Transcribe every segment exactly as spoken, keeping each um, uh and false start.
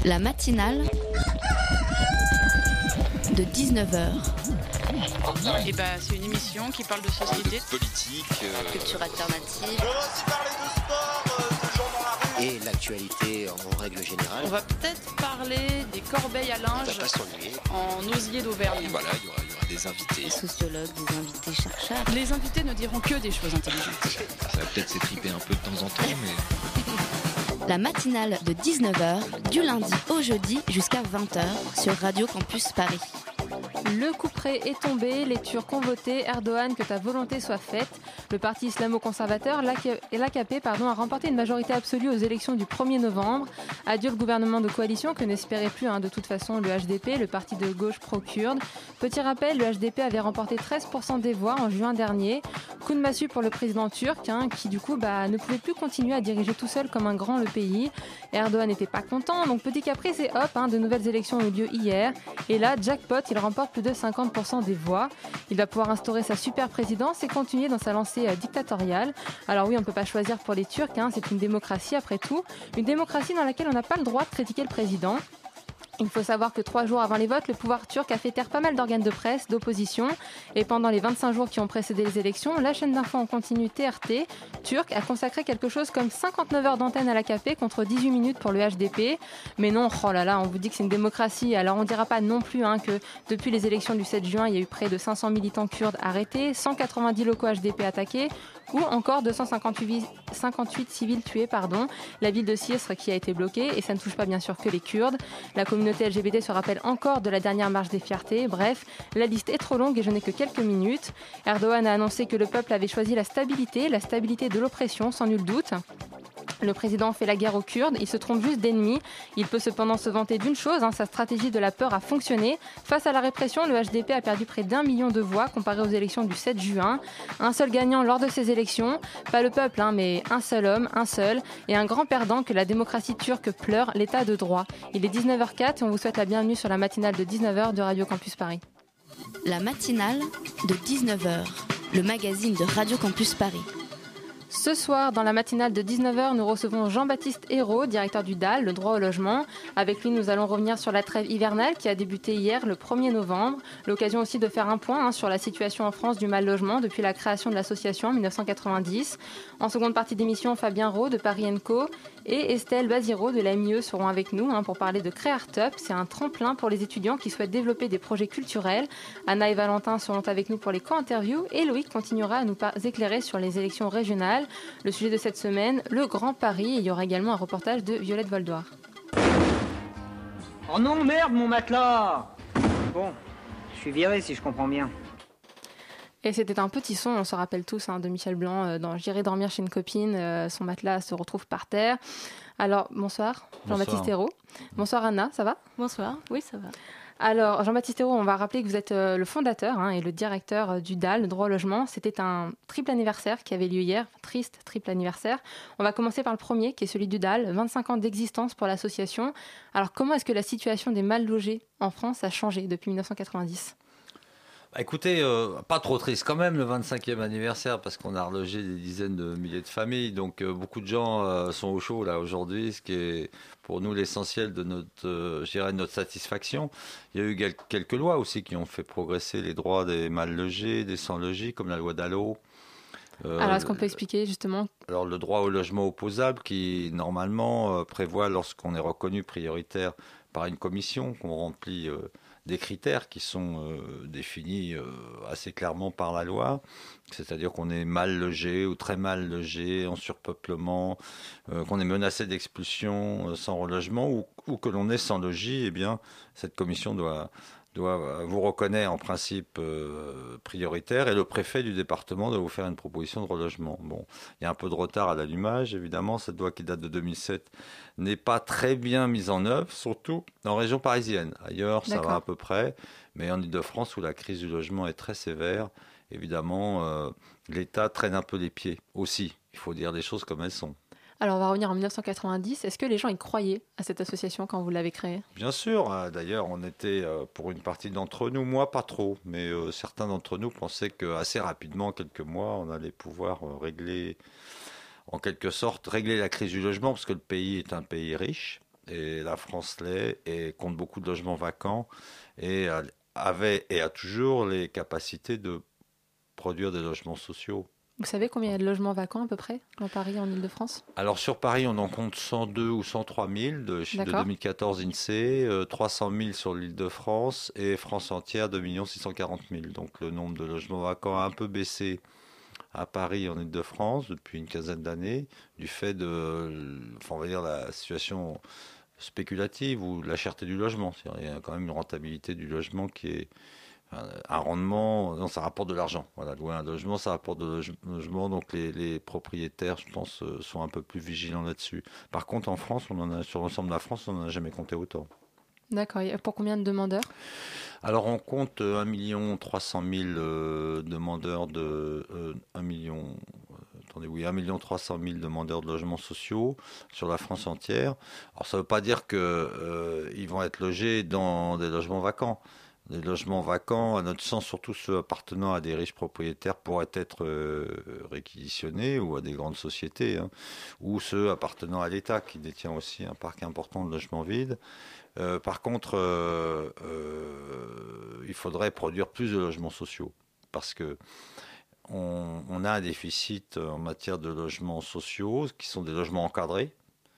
La matinale de dix-neuf heures. Et bah, c'est une émission qui parle de société, de politique, euh... culture alternative. On va aussi parler de sport, euh, de gens dans la rue. Et l'actualité en règle générale. On va peut-être parler des corbeilles à linge. On va pas s'ennuyer. En osier d'Auvergne. Et voilà, il y aura, il y aura des invités. Des sociologues, des invités chercheurs. Les invités ne diront que des choses intelligentes. Ça va peut-être s'étriper un peu de temps en temps, mais... La matinale de dix-neuf heures, du lundi au jeudi jusqu'à vingt heures sur Radio Campus Paris. Le couperet est tombé, les Turcs ont voté, Erdogan, que ta volonté soit faite. Le parti islamo-conservateur, l'A K P, pardon, a remporté une majorité absolue aux élections du premier novembre. Adieu le gouvernement de coalition que n'espérait plus hein, de toute façon le H D P, le parti de gauche pro-kurde. Petit rappel, le H D P avait remporté treize pour cent des voix en juin dernier. Coup de massue pour le président turc hein, qui du coup bah, ne pouvait plus continuer à diriger tout seul comme un grand le pays. Erdogan n'était pas content, donc petit caprice et hop, hein, de nouvelles élections ont eu lieu hier. Et là, jackpot, il remporte plus de cinquante pour cent des voix. Il va pouvoir instaurer sa super présidence et continuer dans sa lancée euh, dictatoriale. Alors oui, on ne peut pas choisir pour les Turcs, hein, c'est une démocratie après tout. Une démocratie dans laquelle on n'a pas le droit de critiquer le président. Il faut savoir que trois jours avant les votes, le pouvoir turc a fait taire pas mal d'organes de presse, d'opposition. Et pendant les vingt-cinq jours qui ont précédé les élections, la chaîne d'infos en continu T R T turque a consacré quelque chose comme cinquante-neuf heures d'antenne à l'A K P contre dix-huit minutes pour le H D P. Mais non, oh là là, on vous dit que c'est une démocratie. Alors on ne dira pas non plus hein, que depuis les élections du sept juin, il y a eu près de cinq cents militants kurdes arrêtés, cent quatre-vingt-dix locaux H D P attaqués, ou encore deux cent cinquante-huit, cinquante-huit civils tués, pardon. La ville de Sirte qui a été bloquée, et ça ne touche pas bien sûr que les Kurdes. La communauté L G B T se rappelle encore de la dernière marche des fiertés. Bref, la liste est trop longue et je n'ai que quelques minutes. Erdogan a annoncé que le peuple avait choisi la stabilité, la stabilité de l'oppression, sans nul doute. Le président fait la guerre aux Kurdes, il se trompe juste d'ennemis. Il peut cependant se vanter d'une chose, hein, sa stratégie de la peur a fonctionné. Face à la répression, le H D P a perdu près d'un million de voix comparé aux élections du sept juin. Un seul gagnant lors de ces élections, pas le peuple, hein, mais un seul homme, un seul, et un grand perdant que la démocratie turque pleure, l'état de droit. Il est dix-neuf heures zéro quatre et on vous souhaite la bienvenue sur la matinale de dix-neuf heures de Radio Campus Paris. La matinale de dix-neuf heures, le magazine de Radio Campus Paris. Ce soir, dans la matinale de dix-neuf heures, nous recevons Jean-Baptiste Hérault, directeur du D A L, le droit au logement. Avec lui, nous allons revenir sur la trêve hivernale qui a débuté hier, le premier novembre. L'occasion aussi de faire un point hein, sur la situation en France du mal logement depuis la création de l'association en dix-neuf cent quatre-vingt-dix. En seconde partie d'émission, Fabien Rau de Paris and Co et Estelle Baziro de l'A M I E seront avec nous hein, pour parler de Créartup. C'est un tremplin pour les étudiants qui souhaitent développer des projets culturels. Anna et Valentin seront avec nous pour les co-interviews et Loïc continuera à nous éclairer sur les élections régionales. Le sujet de cette semaine, le Grand Paris. Et il y aura également un reportage de Violette Voldoir. Oh non, merde, mon matelas! Bon, je suis viré si je comprends bien. Et c'était un petit son, on se rappelle tous, hein, de Michel Blanc euh, dans J'irai dormir chez une copine. Euh, son matelas se retrouve par terre. Alors, bonsoir, Jean-Baptiste Hérault. Bonsoir Anna, ça va? Bonsoir, oui, ça va. Alors, Jean-Baptiste Hérault, on va rappeler que vous êtes euh, le fondateur hein, et le directeur euh, du D A L, le droit au logement. C'était un triple anniversaire qui avait lieu hier, triste triple anniversaire. On va commencer par le premier, qui est celui du D A L, vingt-cinq ans d'existence pour l'association. Alors, comment est-ce que la situation des mal logés en France a changé depuis dix-neuf cent quatre-vingt-dix ? Écoutez, euh, pas trop triste quand même le vingt-cinquième anniversaire parce qu'on a relogé des dizaines de milliers de familles. Donc euh, beaucoup de gens euh, sont au chaud là aujourd'hui, ce qui est pour nous l'essentiel de notre, euh, je dirais, de notre satisfaction. Il y a eu quelques lois aussi qui ont fait progresser les droits des mal logés, des sans logis, comme la loi Dallot. Euh, alors, est-ce qu'on peut expliquer justement ? Alors, le droit au logement opposable qui, normalement, euh, prévoit, lorsqu'on est reconnu prioritaire par une commission, qu'on remplit euh, des critères qui sont euh, définis euh, assez clairement par la loi, c'est-à-dire qu'on est mal logé ou très mal logé, en surpeuplement, euh, qu'on est menacé d'expulsion euh, sans relogement ou, ou que l'on est sans logis, eh bien, cette commission doit... doit vous reconnaître en principe euh, prioritaire et le préfet du département doit vous faire une proposition de relogement. Bon, il y a un peu de retard à l'allumage, évidemment, cette loi qui date de deux mille sept n'est pas très bien mise en œuvre, surtout en région parisienne. Ailleurs, ça D'accord. va à peu près, mais en Île-de-France où la crise du logement est très sévère, évidemment, euh, l'État traîne un peu les pieds aussi. Il faut dire les choses comme elles sont. Alors, on va revenir en dix-neuf cent quatre-vingt-dix. Est-ce que les gens y croyaient à cette association quand vous l'avez créée ? Bien sûr. D'ailleurs, on était, pour une partie d'entre nous, moi pas trop, mais euh, certains d'entre nous pensaient qu'assez rapidement, en quelques mois, on allait pouvoir régler, en quelque sorte, régler la crise du logement, parce que le pays est un pays riche, et la France l'est, et compte beaucoup de logements vacants, et avait et a toujours les capacités de produire des logements sociaux. Vous savez combien il y a de logements vacants à peu près dans Paris, en Ile-de-France ? Alors sur Paris, on en compte cent deux ou cent trois mille de, de deux mille quatorze INSEE, euh, trois cent mille sur l'Île-de-France et France entière deux millions six cent quarante mille. Donc le nombre de logements vacants a un peu baissé à Paris en Île-de-France depuis une quinzaine d'années du fait de, enfin, on va dire, la situation spéculative ou la cherté du logement. C'est-à-dire, il y a quand même une rentabilité du logement qui est un rendement, non, ça rapporte de l'argent. Voilà, louer un logement, ça rapporte de logement, donc les, les propriétaires, je pense, sont un peu plus vigilants là-dessus. Par contre, en France, on en a, sur l'ensemble de la France, on n'en a jamais compté autant. D'accord. Et pour combien de demandeurs ? Alors, on compte un million trois cent mille euh, demandeurs de euh, un million. Euh, attendez, oui, un million trois cent mille demandeurs de logements sociaux sur la France entière. Alors, ça ne veut pas dire qu'ils euh, vont être logés dans des logements vacants. Les logements vacants, à notre sens, surtout ceux appartenant à des riches propriétaires, pourraient être euh, réquisitionnés ou à des grandes sociétés, hein, ou ceux appartenant à l'État qui détient aussi un parc important de logements vides. Euh, par contre, euh, euh, il faudrait produire plus de logements sociaux parce que on, on a un déficit en matière de logements sociaux qui sont des logements encadrés.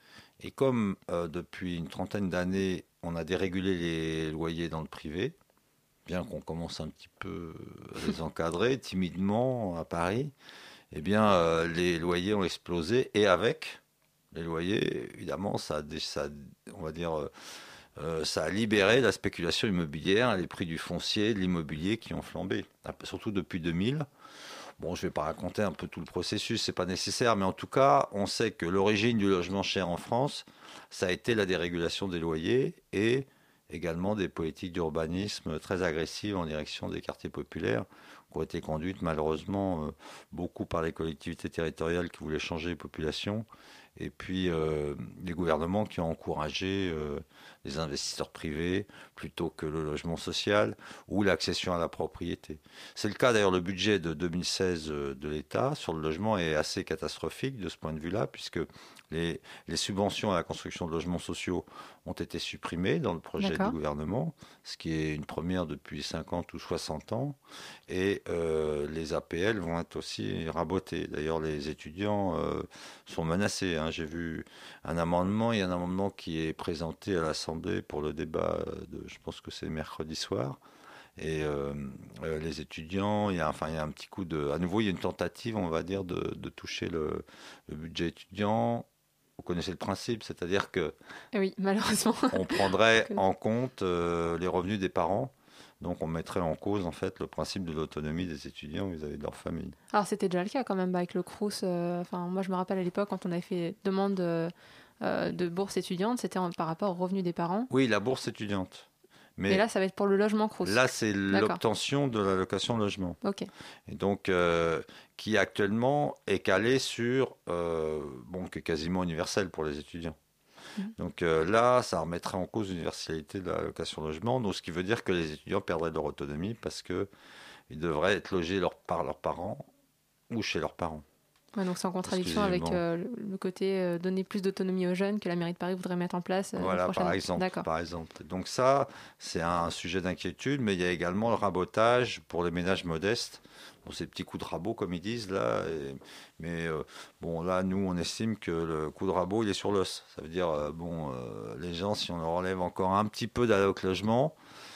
Et comme euh, depuis une trentaine d'années, on a dérégulé les loyers dans le privé, bien qu'on commence un petit peu à les encadrer timidement à Paris, eh bien, euh, les loyers ont explosé. Et avec les loyers, évidemment, ça, ça on va dire, euh, ça a libéré la spéculation immobilière, les prix du foncier, de l'immobilier qui ont flambé, surtout depuis deux mille. Bon, je ne vais pas raconter un peu tout le processus, c'est pas nécessaire, mais en tout cas, on sait que l'origine du logement cher en France, ça a été la dérégulation des loyers et également des politiques d'urbanisme très agressives en direction des quartiers populaires qui ont été conduites malheureusement euh, beaucoup par les collectivités territoriales qui voulaient changer les populations et puis euh, les gouvernements qui ont encouragé euh, les investisseurs privés plutôt que le logement social ou l'accession à la propriété. C'est le cas d'ailleurs, le budget de deux mille seize de l'État sur le logement est assez catastrophique de ce point de vue-là puisque les, les subventions à la construction de logements sociaux ont été supprimées dans le projet D'accord. du gouvernement, ce qui est une première depuis cinquante ou soixante ans, et euh, les A P L vont être aussi rabotées. D'ailleurs, les étudiants euh, sont menacés. Hein. J'ai vu un amendement, il y a un amendement qui est présenté à l'Assemblée pour le débat, de, je pense que c'est mercredi soir, et euh, euh, les étudiants, il y a, enfin, il y a un petit coup de... À nouveau, il y a une tentative, on va dire, de, de toucher le, le budget étudiant. Vous connaissez le principe, c'est-à-dire que oui, malheureusement, on prendrait en compte euh, les revenus des parents, donc on mettrait en cause en fait le principe de l'autonomie des étudiants vis-à-vis de leur famille. Alors c'était déjà le cas quand même avec le Crous. Euh, enfin, moi je me rappelle à l'époque quand on avait fait demande euh, de bourse étudiante, c'était en, par rapport aux revenus des parents. Oui, la bourse étudiante. Mais, Mais là, ça va être pour le logement Crous. Là, c'est D'accord. l'obtention de l'allocation logement. Ok. Et donc, euh, qui actuellement est calé sur, euh, bon, qui est quasiment universel pour les étudiants. Mmh. Donc euh, là, ça remettrait en cause l'universalité de l'allocation logement, donc ce qui veut dire que les étudiants perdraient leur autonomie parce qu'ils devraient être logés leur, par leurs parents ou chez leurs parents. Ouais, donc c'est en contradiction avec euh, le côté euh, donner plus d'autonomie aux jeunes que la mairie de Paris voudrait mettre en place. Euh, voilà, par exemple, par exemple. Donc ça, c'est un sujet d'inquiétude, mais il y a également le rabotage pour les ménages modestes. Bon, ces petits coups de rabot, comme ils disent là. Et, mais euh, bon, là, nous, on estime que le coup de rabot, il est sur l'os. Ça veut dire, euh, bon, euh, les gens, si on leur enlève encore un petit peu d'alloc logement,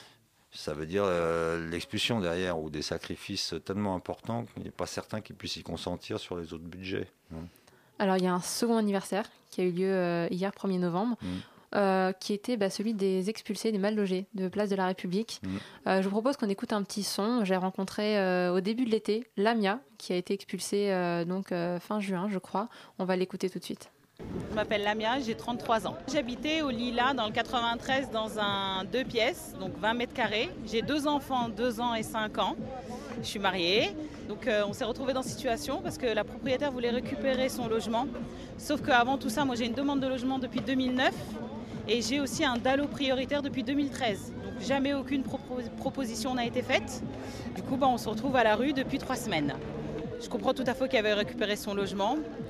ça veut dire euh, l'expulsion derrière ou des sacrifices tellement importants qu'il n'est pas certain qu'ils puissent y consentir sur les autres budgets. Mmh. Alors, il y a un second anniversaire qui a eu lieu euh, hier, premier novembre, mmh. euh, qui était bah, celui des expulsés, des mal logés de Place de la République. Mmh. Euh, je vous propose qu'on écoute un petit son. J'ai rencontré euh, au début de l'été Lamia, qui a été expulsée euh, donc, euh, fin juin, je crois. On va l'écouter tout de suite. Je m'appelle Lamia, j'ai trente-trois ans. J'habitais au Lila dans le quatre-vingt-treize dans un deux pièces, donc vingt mètres carrés. J'ai deux enfants, deux ans et cinq ans. Je suis mariée, donc euh, on s'est retrouvés dans cette situation parce que la propriétaire voulait récupérer son logement. Sauf qu'avant tout ça, moi j'ai une demande de logement depuis deux mille neuf et j'ai aussi un D A L O prioritaire depuis deux mille treize. Donc jamais aucune propos- proposition n'a été faite. Du coup, bah, on se retrouve à la rue depuis trois semaines. Je comprends tout à fait qu'elle avait récupéré son logement.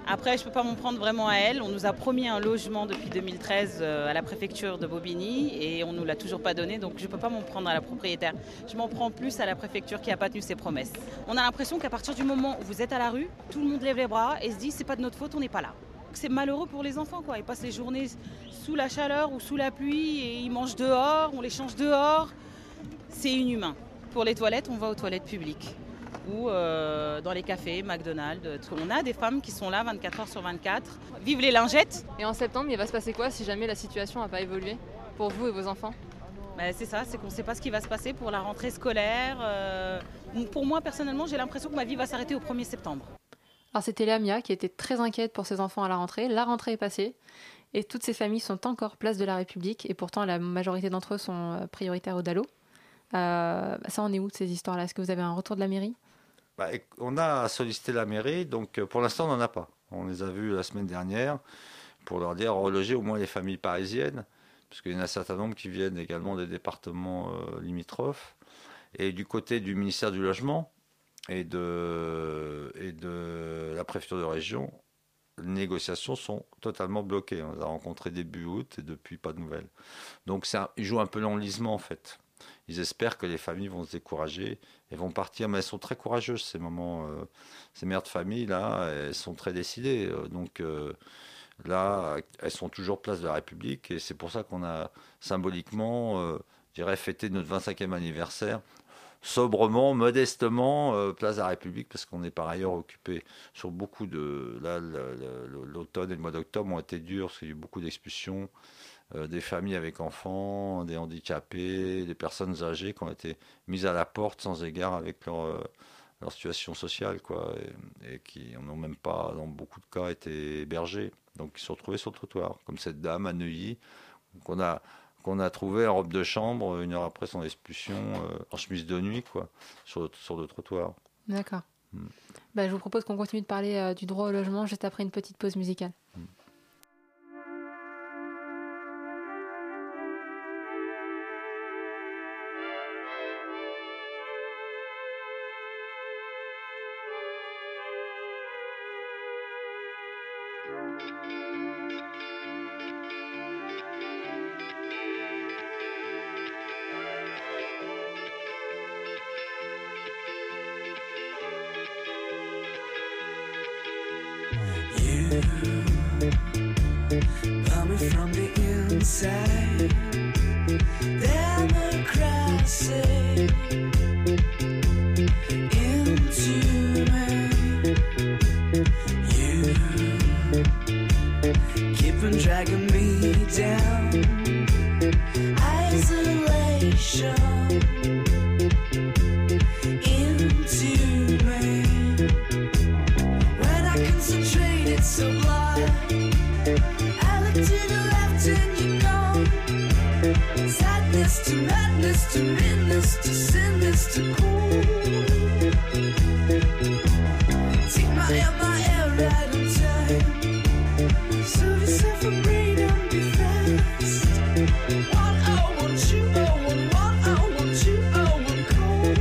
Après, je ne peux pas m'en prendre vraiment à elle. On nous a promis un logement depuis deux mille treize à la préfecture de Bobigny et on ne nous l'a toujours pas donné, donc je ne peux pas m'en prendre à la propriétaire. Je m'en prends plus à la préfecture qui n'a pas tenu ses promesses. On a l'impression qu'à partir du moment où vous êtes à la rue, tout le monde lève les bras et se dit c'est pas de notre faute, on n'est pas là. C'est malheureux pour les enfants, quoi. Ils passent les journées sous la chaleur ou sous la pluie et ils mangent dehors, on les change dehors. C'est inhumain. Pour les toilettes, on va aux toilettes publiques. Ou euh, dans les cafés, McDonald's. On a des femmes qui sont là vingt-quatre heures sur vingt-quatre. Vive les lingettes! Et en septembre, il va se passer quoi si jamais la situation n'a pas évolué pour vous et vos enfants? Ben, c'est ça, c'est qu'on ne sait pas ce qui va se passer pour la rentrée scolaire. Euh, pour moi, personnellement, j'ai l'impression que ma vie va s'arrêter au premier septembre. Alors c'était Léamia qui était très inquiète pour ses enfants à la rentrée. La rentrée est passée et toutes ces familles sont encore place de la République et pourtant la majorité d'entre eux sont prioritaires au D A L O. Euh, ça en est où de ces histoires-là? Est-ce que vous avez un retour de la mairie? Bah, on a sollicité la mairie, donc pour l'instant on n'en a pas. On les a vus la semaine dernière pour leur dire reloger au moins les familles parisiennes, parce qu'il y en a un certain nombre qui viennent également des départements euh, limitrophes. Et du côté du ministère du Logement et de, et de la préfecture de région, les négociations sont totalement bloquées. On les a rencontrés début août et depuis pas de nouvelles. Donc c'est un, ils jouent un peu l'enlisement en fait. Ils espèrent que les familles vont se décourager et vont partir, mais elles sont très courageuses, ces mamans, euh, ces mères de famille, là, elles sont très décidées. Donc euh, là, elles sont toujours place de la République et c'est pour ça qu'on a symboliquement, euh, je dirais, fêté notre vingt-cinquième anniversaire, sobrement, modestement, euh, place de la République, parce qu'on est par ailleurs occupé sur beaucoup de... Là, l'automne et le mois d'octobre ont été durs, parce qu'il y a eu beaucoup d'expulsions. Euh, des familles avec enfants, des handicapés, des personnes âgées qui ont été mises à la porte sans égard avec leur, euh, leur situation sociale, quoi, et, et qui n'ont même pas, dans beaucoup de cas, été hébergés. Donc ils se sont retrouvés sur le trottoir, comme cette dame à Neuilly, qu'on a, qu'on a trouvée en robe de chambre une heure après son expulsion, euh, en chemise de nuit, quoi, sur le, sur le trottoir. D'accord. Mm. Bah, je vous propose qu'on continue de parler euh, du droit au logement juste après une petite pause musicale. Mm. Coming from the inside, democracy into me. You keep on dragging me down. Isolation into me. When I concentrate, it's so blind. I look to the left and you're gone. Sadness to madness to meanness to sinness to cool. Take my hand, my hand right on time. Serve yourself a freedom, be fast. One, I want you, oh, one, one, I want you, oh, one cold.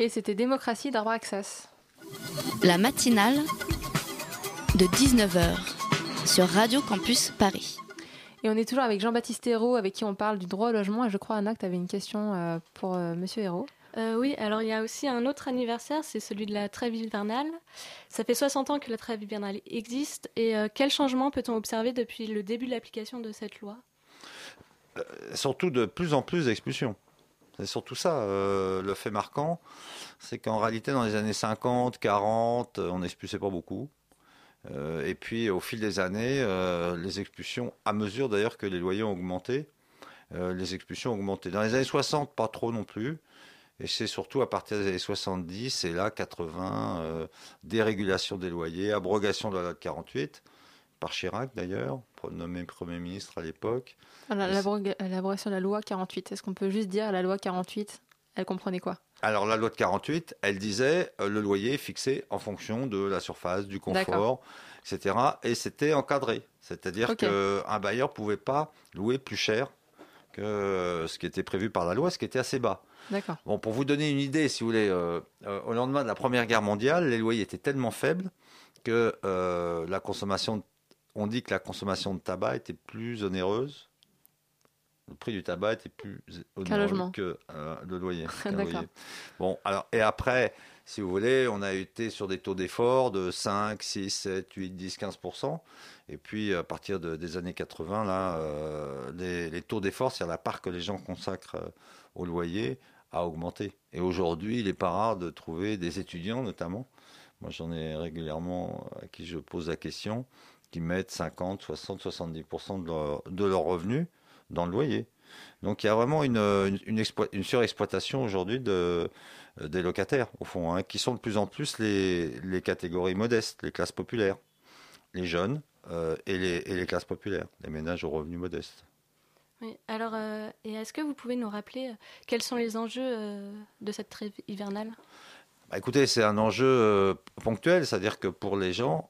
Et c'était Démocratie d'Arbraxas. La matinale de dix-neuf heures sur Radio Campus Paris. Et on est toujours avec Jean-Baptiste Hérault, avec qui on parle du droit au logement. Et je crois, Anna, que tu avais une question euh, pour euh, Monsieur Hérault. Euh, oui, alors il y a aussi un autre anniversaire, c'est celui de la trêve hivernale. Ça fait soixante ans que la trêve hivernale existe. Et euh, quel changement peut-on observer depuis le début de l'application de cette loi ? euh, Surtout de plus en plus d'expulsions. C'est surtout ça, euh, le fait marquant. C'est qu'en réalité, dans les années cinquante, quarante, on n'expulsait pas beaucoup. Euh, et puis, au fil des années, euh, les expulsions, à mesure d'ailleurs que les loyers ont augmenté, euh, les expulsions ont augmenté. Dans les années soixante, pas trop non plus. Et c'est surtout à partir des années soixante-dix et là, quatre-vingts, euh, dérégulation des loyers, abrogation de la loi de quarante-huit, par Chirac d'ailleurs, nommé Premier ministre à l'époque. Alors, l'abroga- l'abrogation de la loi quarante-huit, est-ce qu'on peut juste dire la loi quarante-huit, elle comprenait quoi ? Alors la loi de quarante-huit, elle disait euh, le loyer est fixé en fonction de la surface, du confort, D'accord. et cetera. Et c'était encadré. C'est-à-dire Ok. qu'un bailleur ne pouvait pas louer plus cher que ce qui était prévu par la loi, ce qui était assez bas. D'accord. Bon, pour vous donner une idée, si vous voulez, euh, euh, au lendemain de la Première Guerre mondiale, les loyers étaient tellement faibles que euh, la consommation, on dit que la consommation de tabac était plus onéreuse. Le prix du tabac était plus onéreux logement. que euh, le loyer. qu'un D'accord. loyer. Bon, alors, et après, si vous voulez, on a été sur des taux d'effort de cinq, six, sept, huit, dix, quinze pour cent. Et puis, à partir de- des années quatre-vingts, là, euh, les, les taux d'effort, c'est-à-dire la part que les gens consacrent euh, au loyer, a augmenté. Et aujourd'hui, il n'est pas rare de trouver des étudiants, notamment. Moi, j'en ai régulièrement à qui je pose la question, qui mettent cinquante, soixante, soixante-dix pour cent de leur, de leur revenu dans le loyer. Donc, il y a vraiment une, une, une, exploit- une surexploitation aujourd'hui de, des locataires, au fond, hein, qui sont de plus en plus les, les catégories modestes, les classes populaires, les jeunes euh, et, les, et les classes populaires, les ménages aux revenus modestes. Oui, alors, euh, et est-ce que vous pouvez nous rappeler euh, quels sont les enjeux euh, de cette trêve hivernale ? Bah, écoutez, c'est un enjeu euh, ponctuel, c'est-à-dire que pour les gens,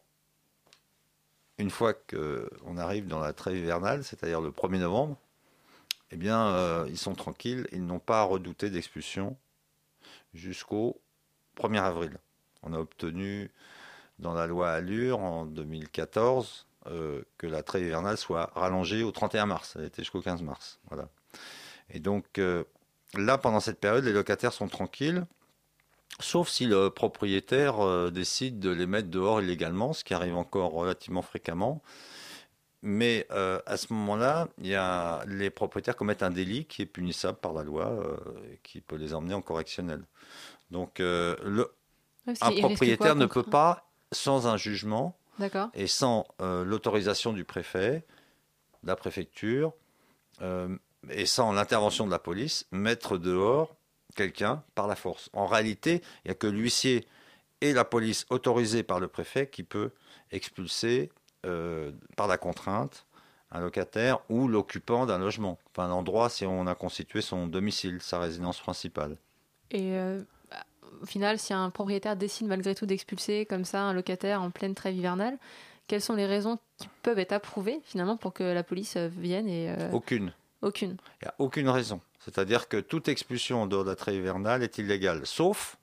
une fois qu'on arrive dans la trêve hivernale, c'est-à-dire le premier novembre, eh bien, euh, ils sont tranquilles, ils n'ont pas à redouter d'expulsion jusqu'au premier avril. On a obtenu dans la loi Allure en deux mille quatorze euh, que la trêve hivernale soit rallongée au trente et un mars. Elle était jusqu'au quinze mars. Voilà. Et donc, euh, là, pendant cette période, les locataires sont tranquilles, sauf si le propriétaire euh, décide de les mettre dehors illégalement, ce qui arrive encore relativement fréquemment. Mais euh, à ce moment-là, il y a, les propriétaires commettent un délit qui est punissable par la loi, euh, et qui peut les emmener en correctionnel. Donc, euh, le, Ouais, parce un qu'il risque propriétaire quoi, ne peut concrètement ? pas, sans un jugement D'accord. et sans euh, l'autorisation du préfet, de la préfecture, euh, et sans l'intervention de la police, mettre dehors quelqu'un par la force. En réalité, il n'y a que l'huissier et la police autorisés par le préfet qui peut expulser euh, par la contrainte un locataire ou l'occupant d'un logement. Enfin, l'endroit, si on a constitué son domicile, sa résidence principale. Et euh, au final, si un propriétaire décide malgré tout d'expulser comme ça un locataire en pleine trêve hivernale, quelles sont les raisons qui peuvent être approuvées finalement pour que la police euh, vienne et euh, Aucune. aucune. Il n'y a aucune raison. C'est-à-dire que toute expulsion en dehors de la trêve hivernale est illégale, sauf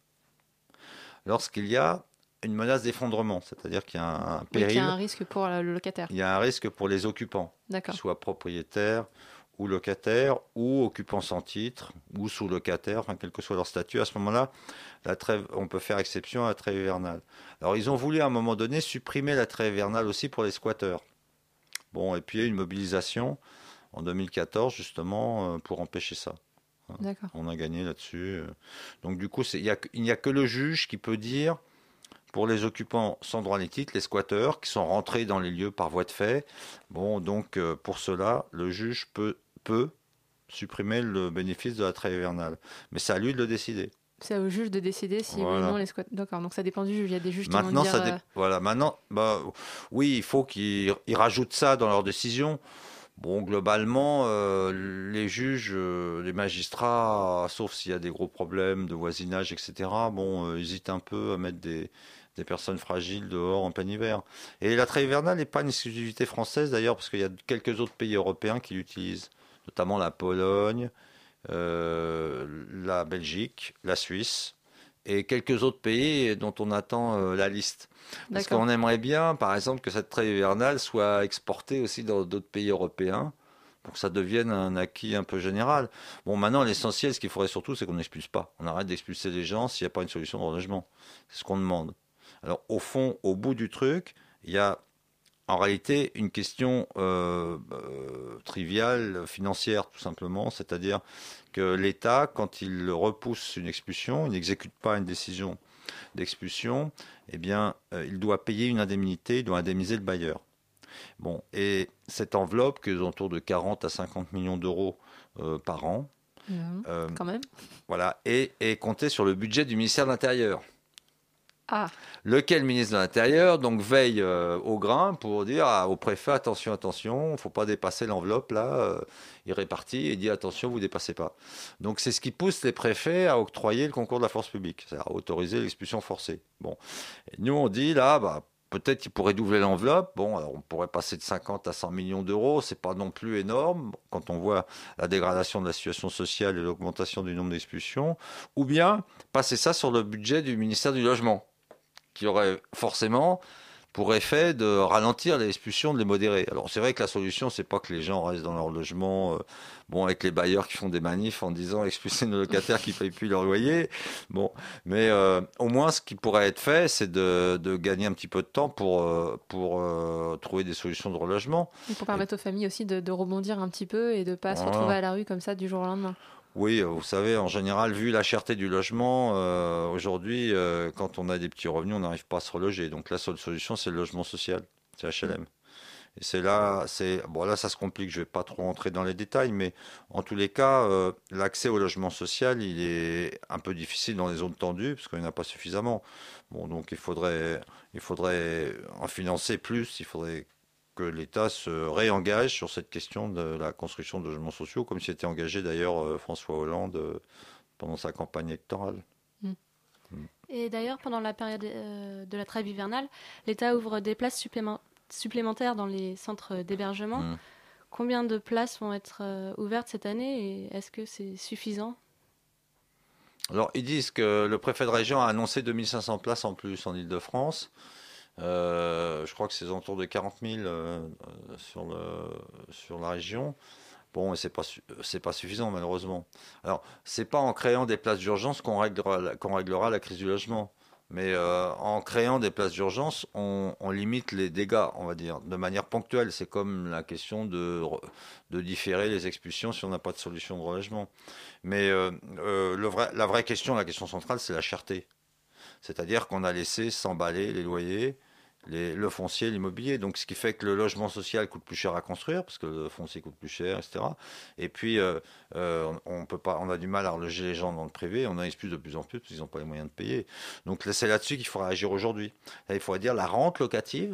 lorsqu'il y a une menace d'effondrement, c'est-à-dire qu'il y a un, un Oui, péril, qu'il y a un risque pour le le locataire. il y a un risque pour les occupants, D'accord. qu'ils soient propriétaires ou locataires, ou occupants sans titre, ou sous-locataires, enfin, quel que soit leur statut. À ce moment-là, la trêve, on peut faire exception à la trêve hivernale. Alors, ils ont voulu à un moment donné supprimer la trêve hivernale aussi pour les squatteurs. Bon, et puis il y a eu une mobilisation en deux mille quatorze, justement, euh, pour empêcher ça. Hein. D'accord. On a gagné là-dessus. euh. Donc, du coup, c'est- il y a que- il n'y a que le juge qui peut dire, pour les occupants sans droit ni titre, les squatteurs, qui sont rentrés dans les lieux par voie de fait, bon, donc, euh, pour cela, le juge peut, peut supprimer le bénéfice de la trêve hivernale. Mais c'est à lui de le décider. C'est au juge de décider si oui Voilà. ou non les squats. D'accord, donc ça dépend du juge. Il y a des juges qui Maintenant, vont dire... ça dé- euh, voilà, maintenant, bah, oui, il faut qu'ils ils rajoutent ça dans leur décision. Bon, globalement, euh, les juges, euh, les magistrats, sauf s'il y a des gros problèmes de voisinage, et cetera, bon, euh, hésitent un peu à mettre des, des personnes fragiles dehors en plein hiver. Et la trêve hivernale n'est pas une exclusivité française, d'ailleurs, parce qu'il y a quelques autres pays européens qui l'utilisent, notamment la Pologne, euh, la Belgique, la Suisse et quelques autres pays dont on attend euh, la liste. Parce D'accord. qu'on aimerait bien, par exemple, que cette trêve hivernale soit exportée aussi dans d'autres pays européens pour que ça devienne un acquis un peu général. Bon, maintenant, l'essentiel, ce qu'il faudrait surtout, c'est qu'on n'expulse pas. On arrête d'expulser les gens s'il n'y a pas une solution de relogement. C'est ce qu'on demande. Alors, au fond, au bout du truc, il y a en réalité une question euh, euh, triviale, financière, tout simplement. C'est-à-dire que l'État, quand il repousse une expulsion, il n'exécute pas une décision d'expulsion, eh bien, euh, il doit payer une indemnité, il doit indemniser le bailleur. Bon, et cette enveloppe, qui est autour de quarante à cinquante millions d'euros euh, par an, Mmh, euh, quand même. voilà, est, est comptée sur le budget du ministère de l'Intérieur. Ah, Lequel ministre de l'Intérieur donc veille euh, au grain pour dire à- au préfet attention, attention, il ne faut pas dépasser l'enveloppe là, euh, il répartit et dit attention, vous ne dépassez pas. Donc c'est ce qui pousse les préfets à octroyer le concours de la force publique, c'est-à-dire à autoriser l'expulsion forcée. Bon, et nous on dit là, bah, peut-être qu'ils pourraient doubler l'enveloppe. Bon, alors on pourrait passer de cinquante à cent millions d'euros, c'est pas non plus énorme quand on voit la dégradation de la situation sociale et l'augmentation du nombre d'expulsions, ou bien passer ça sur le budget du ministère du Logement, qui aurait forcément pour effet de ralentir les expulsions, de les modérer. Alors c'est vrai que la solution, c'est pas que les gens restent dans leur logement, euh, bon, avec les bailleurs qui font des manifs en disant expulser nos locataires qui payent plus leur loyer. Bon, mais euh, au moins ce qui pourrait être fait, c'est de, de gagner un petit peu de temps pour euh, pour euh, trouver des solutions de relogement. et pour permettre aux familles aussi de, de rebondir un petit peu et de pas se Voilà. retrouver à la rue comme ça du jour au lendemain. Oui, euh, vous savez, en général, vu la cherté du logement, euh, aujourd'hui, euh, quand on a des petits revenus, on n'arrive pas à se reloger. Donc la seule solution, c'est le logement social, c'est H L M. Et c'est là, c'est bon là, ça se complique. Je vais pas trop rentrer dans les détails, mais en tous les cas, euh, l'accès au logement social, il est un peu difficile dans les zones tendues parce qu'il n'y en a pas suffisamment. Bon, donc il faudrait, il faudrait en financer plus. Il faudrait que l'État se réengage sur cette question de la construction de logements sociaux, comme s'y était engagé d'ailleurs euh, François Hollande euh, pendant sa campagne électorale. Et d'ailleurs, pendant la période euh, de la trêve hivernale, l'État ouvre des places supplément- supplémentaires dans les centres d'hébergement. Mmh. Combien de places vont être euh, ouvertes cette année et est-ce que c'est suffisant? Alors, ils disent que le préfet de région a annoncé deux mille cinq cents places en plus en Île-de-France. Euh, je crois que c'est aux alentours de quarante mille euh, sur, le, sur la région. Bon, et c'est pas su- c'est pas suffisant malheureusement. Alors, c'est pas en créant des places d'urgence qu'on réglera, la- qu'on réglera la crise du logement. Mais euh, en créant des places d'urgence, on, on limite les dégâts, on va dire, de manière ponctuelle. C'est comme la question de, re- de différer les expulsions si on n'a pas de solution de relogement. Mais euh, euh, le vrai, la vraie question, la question centrale, c'est la cherté. C'est-à-dire qu'on a laissé s'emballer les loyers, les, le foncier, l'immobilier. Donc, ce qui fait que le logement social coûte plus cher à construire, parce que le foncier coûte plus cher, et cetera. Et puis, euh, euh, on peut pas, on a du mal à reloger les gens dans le privé. On en expulse de plus en plus, parce qu'ils n'ont pas les moyens de payer. Donc, là, c'est là-dessus qu'il faudra agir aujourd'hui. Là, il faudrait dire la rente locative,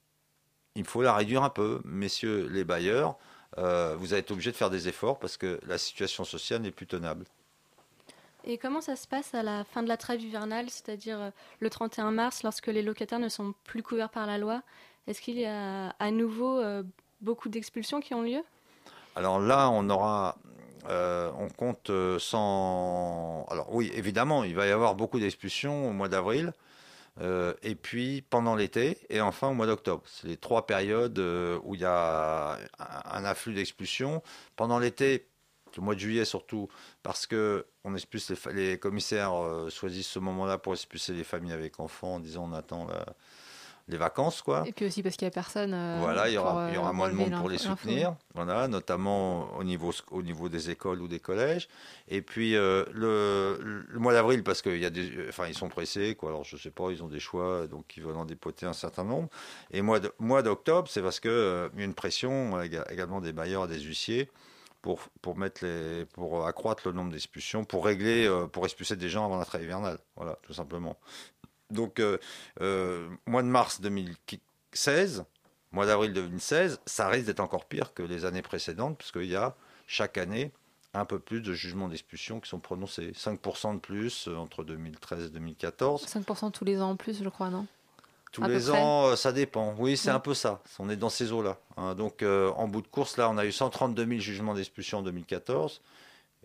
il faut la réduire un peu. Messieurs les bailleurs, euh, vous êtes obligés de faire des efforts, parce que la situation sociale n'est plus tenable. Et comment ça se passe à la fin de la trêve hivernale, c'est-à-dire euh, le trente et un mars, lorsque les locataires ne sont plus couverts par la loi? Est-ce qu'il y a à nouveau euh, beaucoup d'expulsions qui ont lieu? Alors là, on aura, euh, on compte euh, cent. Alors oui, évidemment, il va y avoir beaucoup d'expulsions au mois d'avril, euh, et puis pendant l'été, et enfin au mois d'octobre. C'est les trois périodes euh, où il y a un, un afflux d'expulsions. Pendant l'été, le mois de juillet surtout, parce que on expulse les, fa- les commissaires euh, choisissent ce moment-là pour expulser les familles avec enfants en disant on attend la- les vacances, quoi. Et puis aussi parce qu'il n'y a personne. euh, Voilà, il y pour, aura, il y aura euh, moins de relever monde pour les l'info- l'info. soutenir, voilà, notamment au niveau, sc- au niveau des écoles ou des collèges. Et puis euh, le, le mois d'avril, parce qu'il y a des, enfin ils sont pressés, quoi. Alors je sais pas, ils ont des choix, donc ils veulent en dépoter un certain nombre. Et mois de- mois d'octobre, c'est parce que euh, il y a une pression euh, éga- également des bailleurs et des huissiers pour pour mettre les, pour accroître le nombre d'expulsions, pour régler, euh, pour expulser des gens avant la trêve hivernale, voilà, tout simplement. Donc, euh, euh, mois de mars deux mille seize, mois d'avril deux mille seize, ça risque d'être encore pire que les années précédentes, puisqu'il y a chaque année un peu plus de jugements d'expulsion qui sont prononcés. cinq pour cent de plus euh, entre deux mille treize et deux mille quatorze. cinq pour cent tous les ans en plus, je crois, non? Tous À peu les près. ans, euh, ça dépend. Oui, c'est Ouais. un peu ça. On est dans ces eaux-là. hein. Donc, euh, en bout de course, là, on a eu cent trente-deux mille jugements d'expulsion en deux mille quatorze.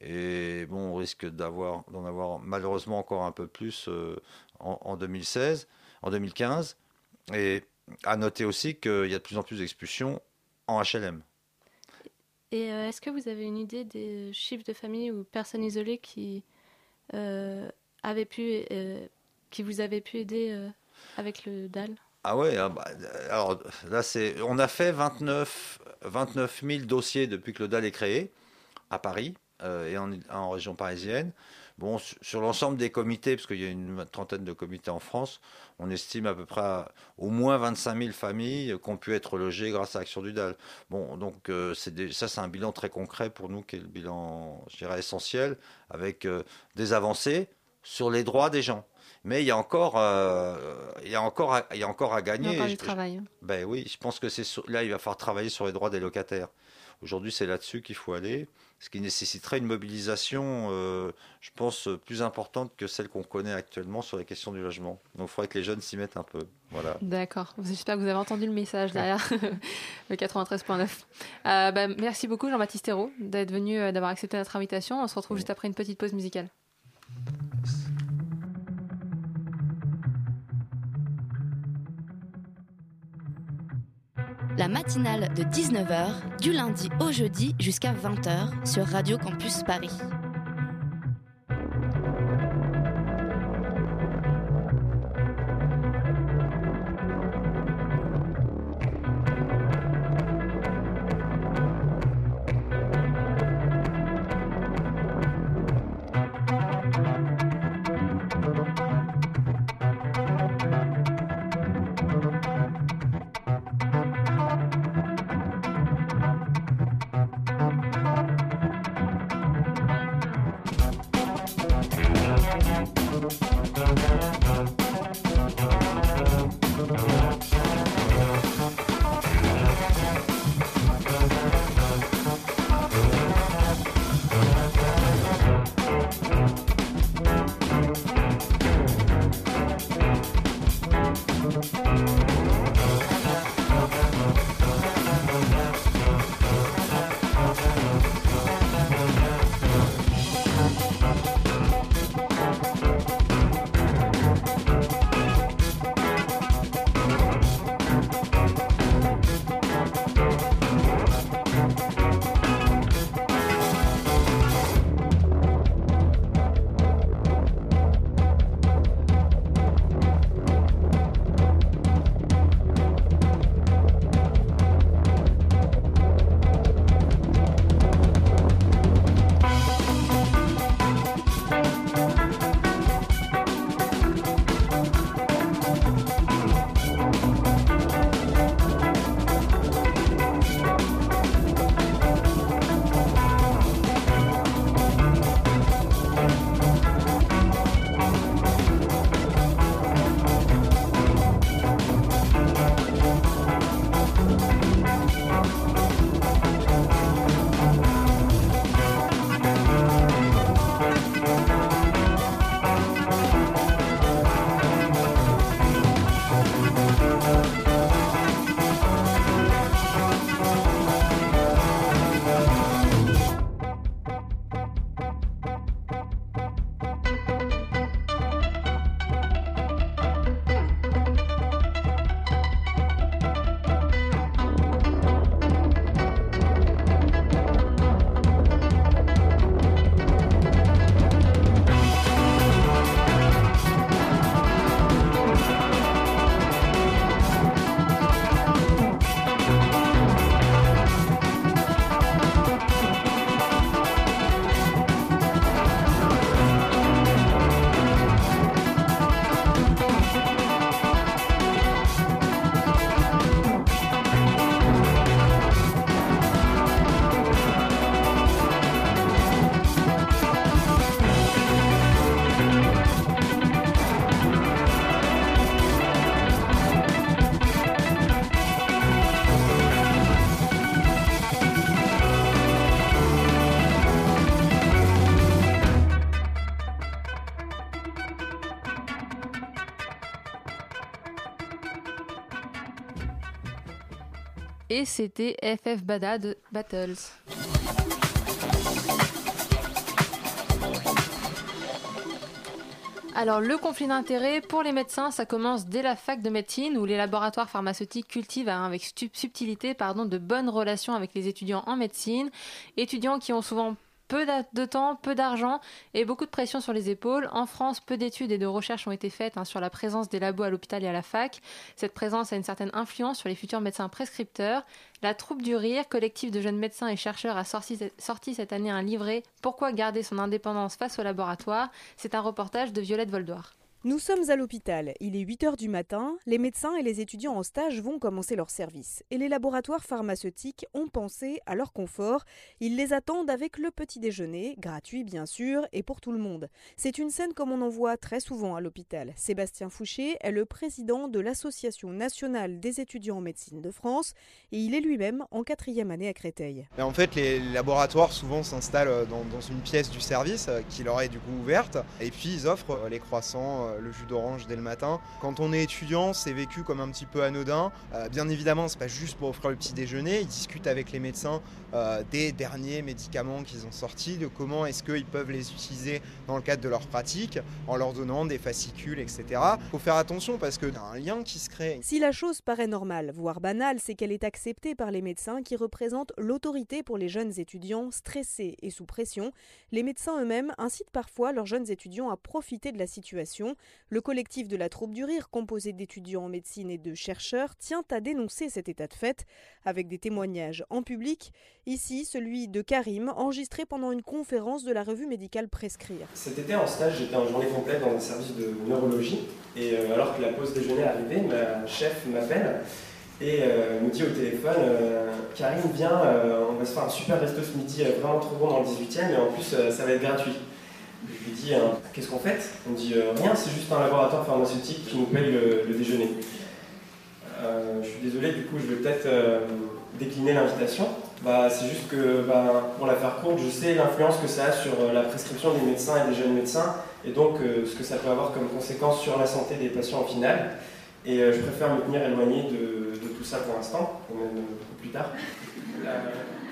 Et bon, on risque d'avoir, d'en avoir malheureusement encore un peu plus euh, en, en deux mille seize, en deux mille quinze. Et à noter aussi qu'il y a de plus en plus d'expulsions en H L M. Et euh, est-ce que vous avez une idée des chiffres de familles ou personnes isolées qui, euh, avaient pu, euh, qui vous avaient pu aider euh, avec le D A L ? Ah ouais, ah bah, alors là, c'est, on a fait vingt-neuf mille dossiers depuis que le D A L est créé à Paris euh, et en, en région parisienne. Bon, sur, sur l'ensemble des comités, parce qu'il y a une trentaine de comités en France, on estime à peu près à, au moins vingt-cinq mille familles qui ont pu être logées grâce à l'action du D A L. Bon, donc euh, c'est des, ça, c'est un bilan très concret pour nous, qui est le bilan, je dirais, essentiel, avec euh, des avancées sur les droits des gens. Mais il y a encore, euh, il y a encore, à, il y a encore à gagner. Il y a encore je, du travail. Je, ben oui, je pense que c'est sur, là, il va falloir travailler sur les droits des locataires. Aujourd'hui, c'est là-dessus qu'il faut aller, ce qui nécessiterait une mobilisation, euh, je pense, plus importante que celle qu'on connaît actuellement sur les questions du logement. Donc, il faudrait que les jeunes s'y mettent un peu. Voilà. D'accord. J'espère que vous avez entendu le message derrière le quatre-vingt-treize point neuf. Euh, bah, merci beaucoup, Jean-Baptiste Hérault, d'être venu, euh, d'avoir accepté notre invitation. On se retrouve oui. juste après une petite pause musicale. La matinale de dix-neuf heures, du lundi au jeudi jusqu'à vingt heures sur Radio Campus Paris. Et c'était F F Bada de Battles. Alors, le conflit d'intérêts pour les médecins, ça commence dès la fac de médecine où les laboratoires pharmaceutiques cultivent hein, avec subtilité pardon, de bonnes relations avec les étudiants en médecine. Étudiants qui ont souvent peu de temps, peu d'argent et beaucoup de pression sur les épaules. En France, peu d'études et de recherches ont été faites hein, sur la présence des labos à l'hôpital et à la fac. Cette présence a une certaine influence sur les futurs médecins prescripteurs. La Troupe du Rire, collectif de jeunes médecins et chercheurs, a sorti, sorti cette année un livret « Pourquoi garder son indépendance face au laboratoire ?» C'est un reportage de Violette Voldoir. Nous sommes à l'hôpital, il est huit heures du matin, les médecins et les étudiants en stage vont commencer leur service. Et les laboratoires pharmaceutiques ont pensé à leur confort, ils les attendent avec le petit déjeuner, gratuit bien sûr, et pour tout le monde. C'est une scène comme on en voit très souvent à l'hôpital. Sébastien Fouché est le président de l'Association nationale des étudiants en médecine de France et il est lui-même en quatrième année à Créteil. Et en fait, les laboratoires souvent s'installent dans, dans une pièce du service qui leur est du coup ouverte et puis ils offrent les croissants, le jus d'orange dès le matin. Quand on est étudiant, c'est vécu comme un petit peu anodin. Euh, bien évidemment, c'est pas juste pour offrir le petit déjeuner. Ils discutent avec les médecins euh, des derniers médicaments qu'ils ont sortis, de comment est-ce qu'ils peuvent les utiliser dans le cadre de leur pratique, en leur donnant des fascicules, et cetera. Il faut faire attention parce qu'il y a un lien qui se crée. Si la chose paraît normale, voire banale, c'est qu'elle est acceptée par les médecins qui représentent l'autorité pour les jeunes étudiants stressés et sous pression. Les médecins eux-mêmes incitent parfois leurs jeunes étudiants à profiter de la situation. Le collectif de la Troupe du Rire, composé d'étudiants en médecine et de chercheurs, tient à dénoncer cet état de fait, avec des témoignages en public. Ici, celui de Karim, enregistré pendant une conférence de la revue médicale Prescrire. Cet été en stage, j'étais en journée complète dans le service de neurologie. Et euh, alors que la pause déjeuner arrivait, ma chef m'appelle et euh, me dit au téléphone euh, « Karim, viens, euh, on va se faire un super resto ce midi, euh, vraiment trop bon dans le dix-huitième et en plus euh, ça va être gratuit. » Je lui dis hein, « Qu'est-ce qu'on fait ?» On me dit euh, « Rien, c'est juste un laboratoire pharmaceutique qui nous paye le, le déjeuner. Euh, » Je suis désolé, du coup je vais peut-être euh, décliner l'invitation. Bah, c'est juste que, bah, pour la faire courte, je sais l'influence que ça a sur euh, la prescription des médecins et des jeunes médecins et donc euh, ce que ça peut avoir comme conséquence sur la santé des patients au final. Et euh, je préfère me tenir éloigné de, de tout ça pour l'instant, ou même beaucoup plus tard. Euh...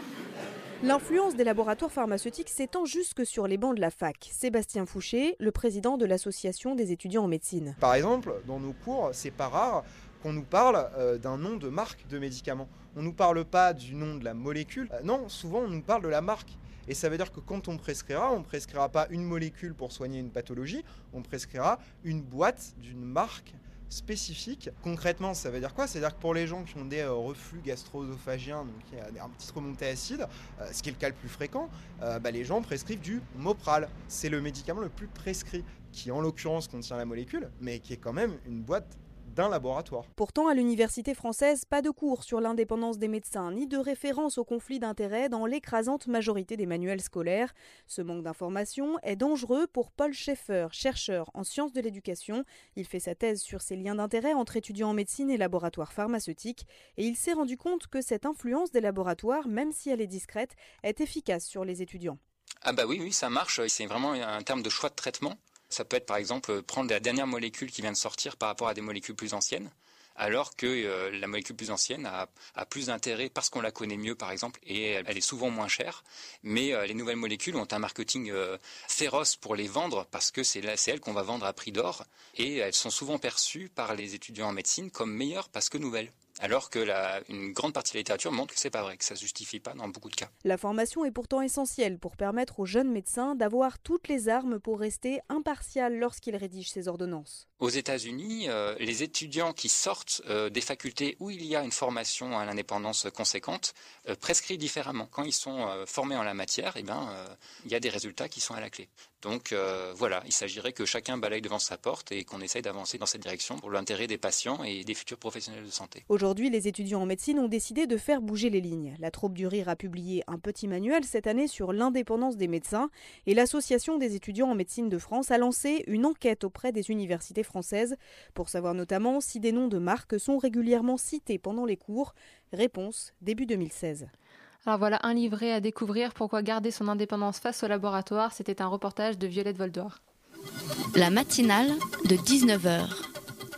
L'influence des laboratoires pharmaceutiques s'étend jusque sur les bancs de la fac. Sébastien Fouché, le président de l'association des étudiants en médecine. Par exemple, dans nos cours, c'est pas rare qu'on nous parle euh, d'un nom de marque de médicament. On ne nous parle pas du nom de la molécule, euh, non, souvent on nous parle de la marque. Et ça veut dire que quand on prescrira, on ne prescrira pas une molécule pour soigner une pathologie, on prescrira une boîte d'une marque spécifique. Concrètement, ça veut dire quoi? C'est-à-dire que pour les gens qui ont des euh, reflux gastro-œsophagiens, donc il y a une petite remontée acide, euh, ce qui est le cas le plus fréquent, euh, bah, les gens prescrivent du Mopral. C'est le médicament le plus prescrit, qui en l'occurrence contient la molécule, mais qui est quand même une boîte d'un laboratoire. Pourtant, à l'université française, pas de cours sur l'indépendance des médecins, ni de référence au conflit d'intérêts dans l'écrasante majorité des manuels scolaires. Ce manque d'information est dangereux pour Paul Schaeffer, chercheur en sciences de l'éducation. Il fait sa thèse sur ces liens d'intérêt entre étudiants en médecine et laboratoires pharmaceutiques. Et il s'est rendu compte que cette influence des laboratoires, même si elle est discrète, est efficace sur les étudiants. Ah bah oui, oui, ça marche. C'est vraiment un terme de choix de traitement. Ça peut être par exemple prendre la dernière molécule qui vient de sortir par rapport à des molécules plus anciennes, alors que euh, la molécule plus ancienne a, a plus d'intérêt parce qu'on la connaît mieux par exemple et elle est souvent moins chère. Mais euh, les nouvelles molécules ont un marketing euh, féroce pour les vendre parce que c'est, là, c'est elles qu'on va vendre à prix d'or et elles sont souvent perçues par les étudiants en médecine comme meilleures parce que nouvelles. Alors que la, une grande partie de la littérature montre que c'est pas vrai, que ça ne se justifie pas dans beaucoup de cas. La formation est pourtant essentielle pour permettre aux jeunes médecins d'avoir toutes les armes pour rester impartial lorsqu'ils rédigent ces ordonnances. Aux États-Unis, euh, les étudiants qui sortent euh, des facultés où il y a une formation à l'indépendance conséquente euh, prescrivent différemment. Quand ils sont euh, formés en la matière, eh ben, euh, il y a des résultats qui sont à la clé. Donc euh, voilà, il s'agirait que chacun balaye devant sa porte et qu'on essaye d'avancer dans cette direction pour l'intérêt des patients et des futurs professionnels de santé. Aujourd'hui, les étudiants en médecine ont décidé de faire bouger les lignes. La Troupe du Rire a publié un petit manuel cette année sur l'indépendance des médecins et l'Association des étudiants en médecine de France a lancé une enquête auprès des universités françaises pour savoir notamment si des noms de marques sont régulièrement cités pendant les cours. Réponse début deux mille seize. Alors voilà un livret à découvrir, pourquoi garder son indépendance face au laboratoire. C'était un reportage de Violette Voldoir. La matinale de dix-neuf heures.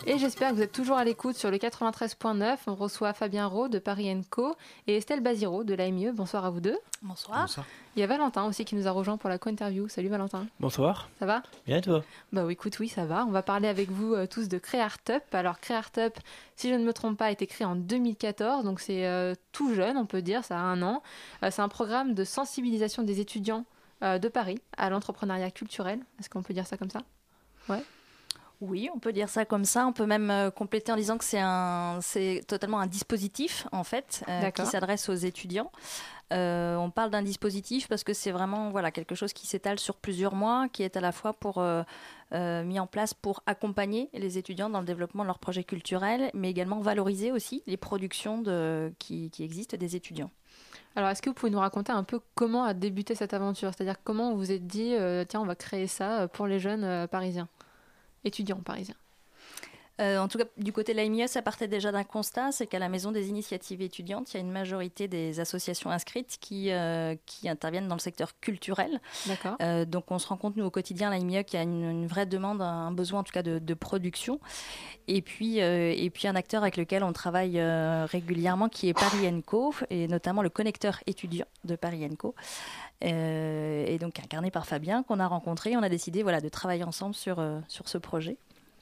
Et j'espère que vous êtes toujours à l'écoute sur le quatre-vingt-treize point neuf. On reçoit Fabien Rau de Paris and Co et Estelle Baziro de l'A M I E. Bonsoir à vous deux. Bonsoir. Bonsoir. Il y a Valentin aussi qui nous a rejoint pour la co-interview. Salut Valentin. Bonsoir. Ça va ? Bien et toi ? Bah oui, écoute, oui, ça va. On va parler avec vous euh, tous de CréArtUp. Alors CréArtUp, si je ne me trompe pas, a été créé en deux mille quatorze, donc c'est euh, tout jeune, on peut dire, ça a un an. Euh, c'est un programme de sensibilisation des étudiants euh, de Paris à l'entrepreneuriat culturel. Est-ce qu'on peut dire ça comme ça ? Ouais. Oui, on peut dire ça comme ça. On peut même euh, compléter en disant que c'est un, c'est totalement un dispositif en fait euh, qui s'adresse aux étudiants. Euh, on parle d'un dispositif parce que c'est vraiment voilà quelque chose qui s'étale sur plusieurs mois, qui est à la fois pour euh, euh, mis en place pour accompagner les étudiants dans le développement de leurs projets culturels, mais également valoriser aussi les productions de, qui, qui existent des étudiants. Alors, est-ce que vous pouvez nous raconter un peu comment a débuté cette aventure ? C'est-à-dire comment vous vous êtes dit, euh, tiens, on va créer ça pour les jeunes euh, parisiens, étudiants parisiens ? Euh, en tout cas, du côté de l'A M I E, ça partait déjà d'un constat, c'est qu'à la Maison des initiatives étudiantes, il y a une majorité des associations inscrites qui, euh, qui interviennent dans le secteur culturel. D'accord. Euh, donc on se rend compte, nous, au quotidien, à l'A M I E, qu'il y a une, une vraie demande, un besoin en tout cas de, de production. Et puis, euh, et puis un acteur avec lequel on travaille euh, régulièrement, qui est Paris and Co, et notamment le connecteur étudiant de Paris and Co. Euh, et donc incarné par Fabien, qu'on a rencontré. On a décidé voilà, de travailler ensemble sur, euh, sur ce projet.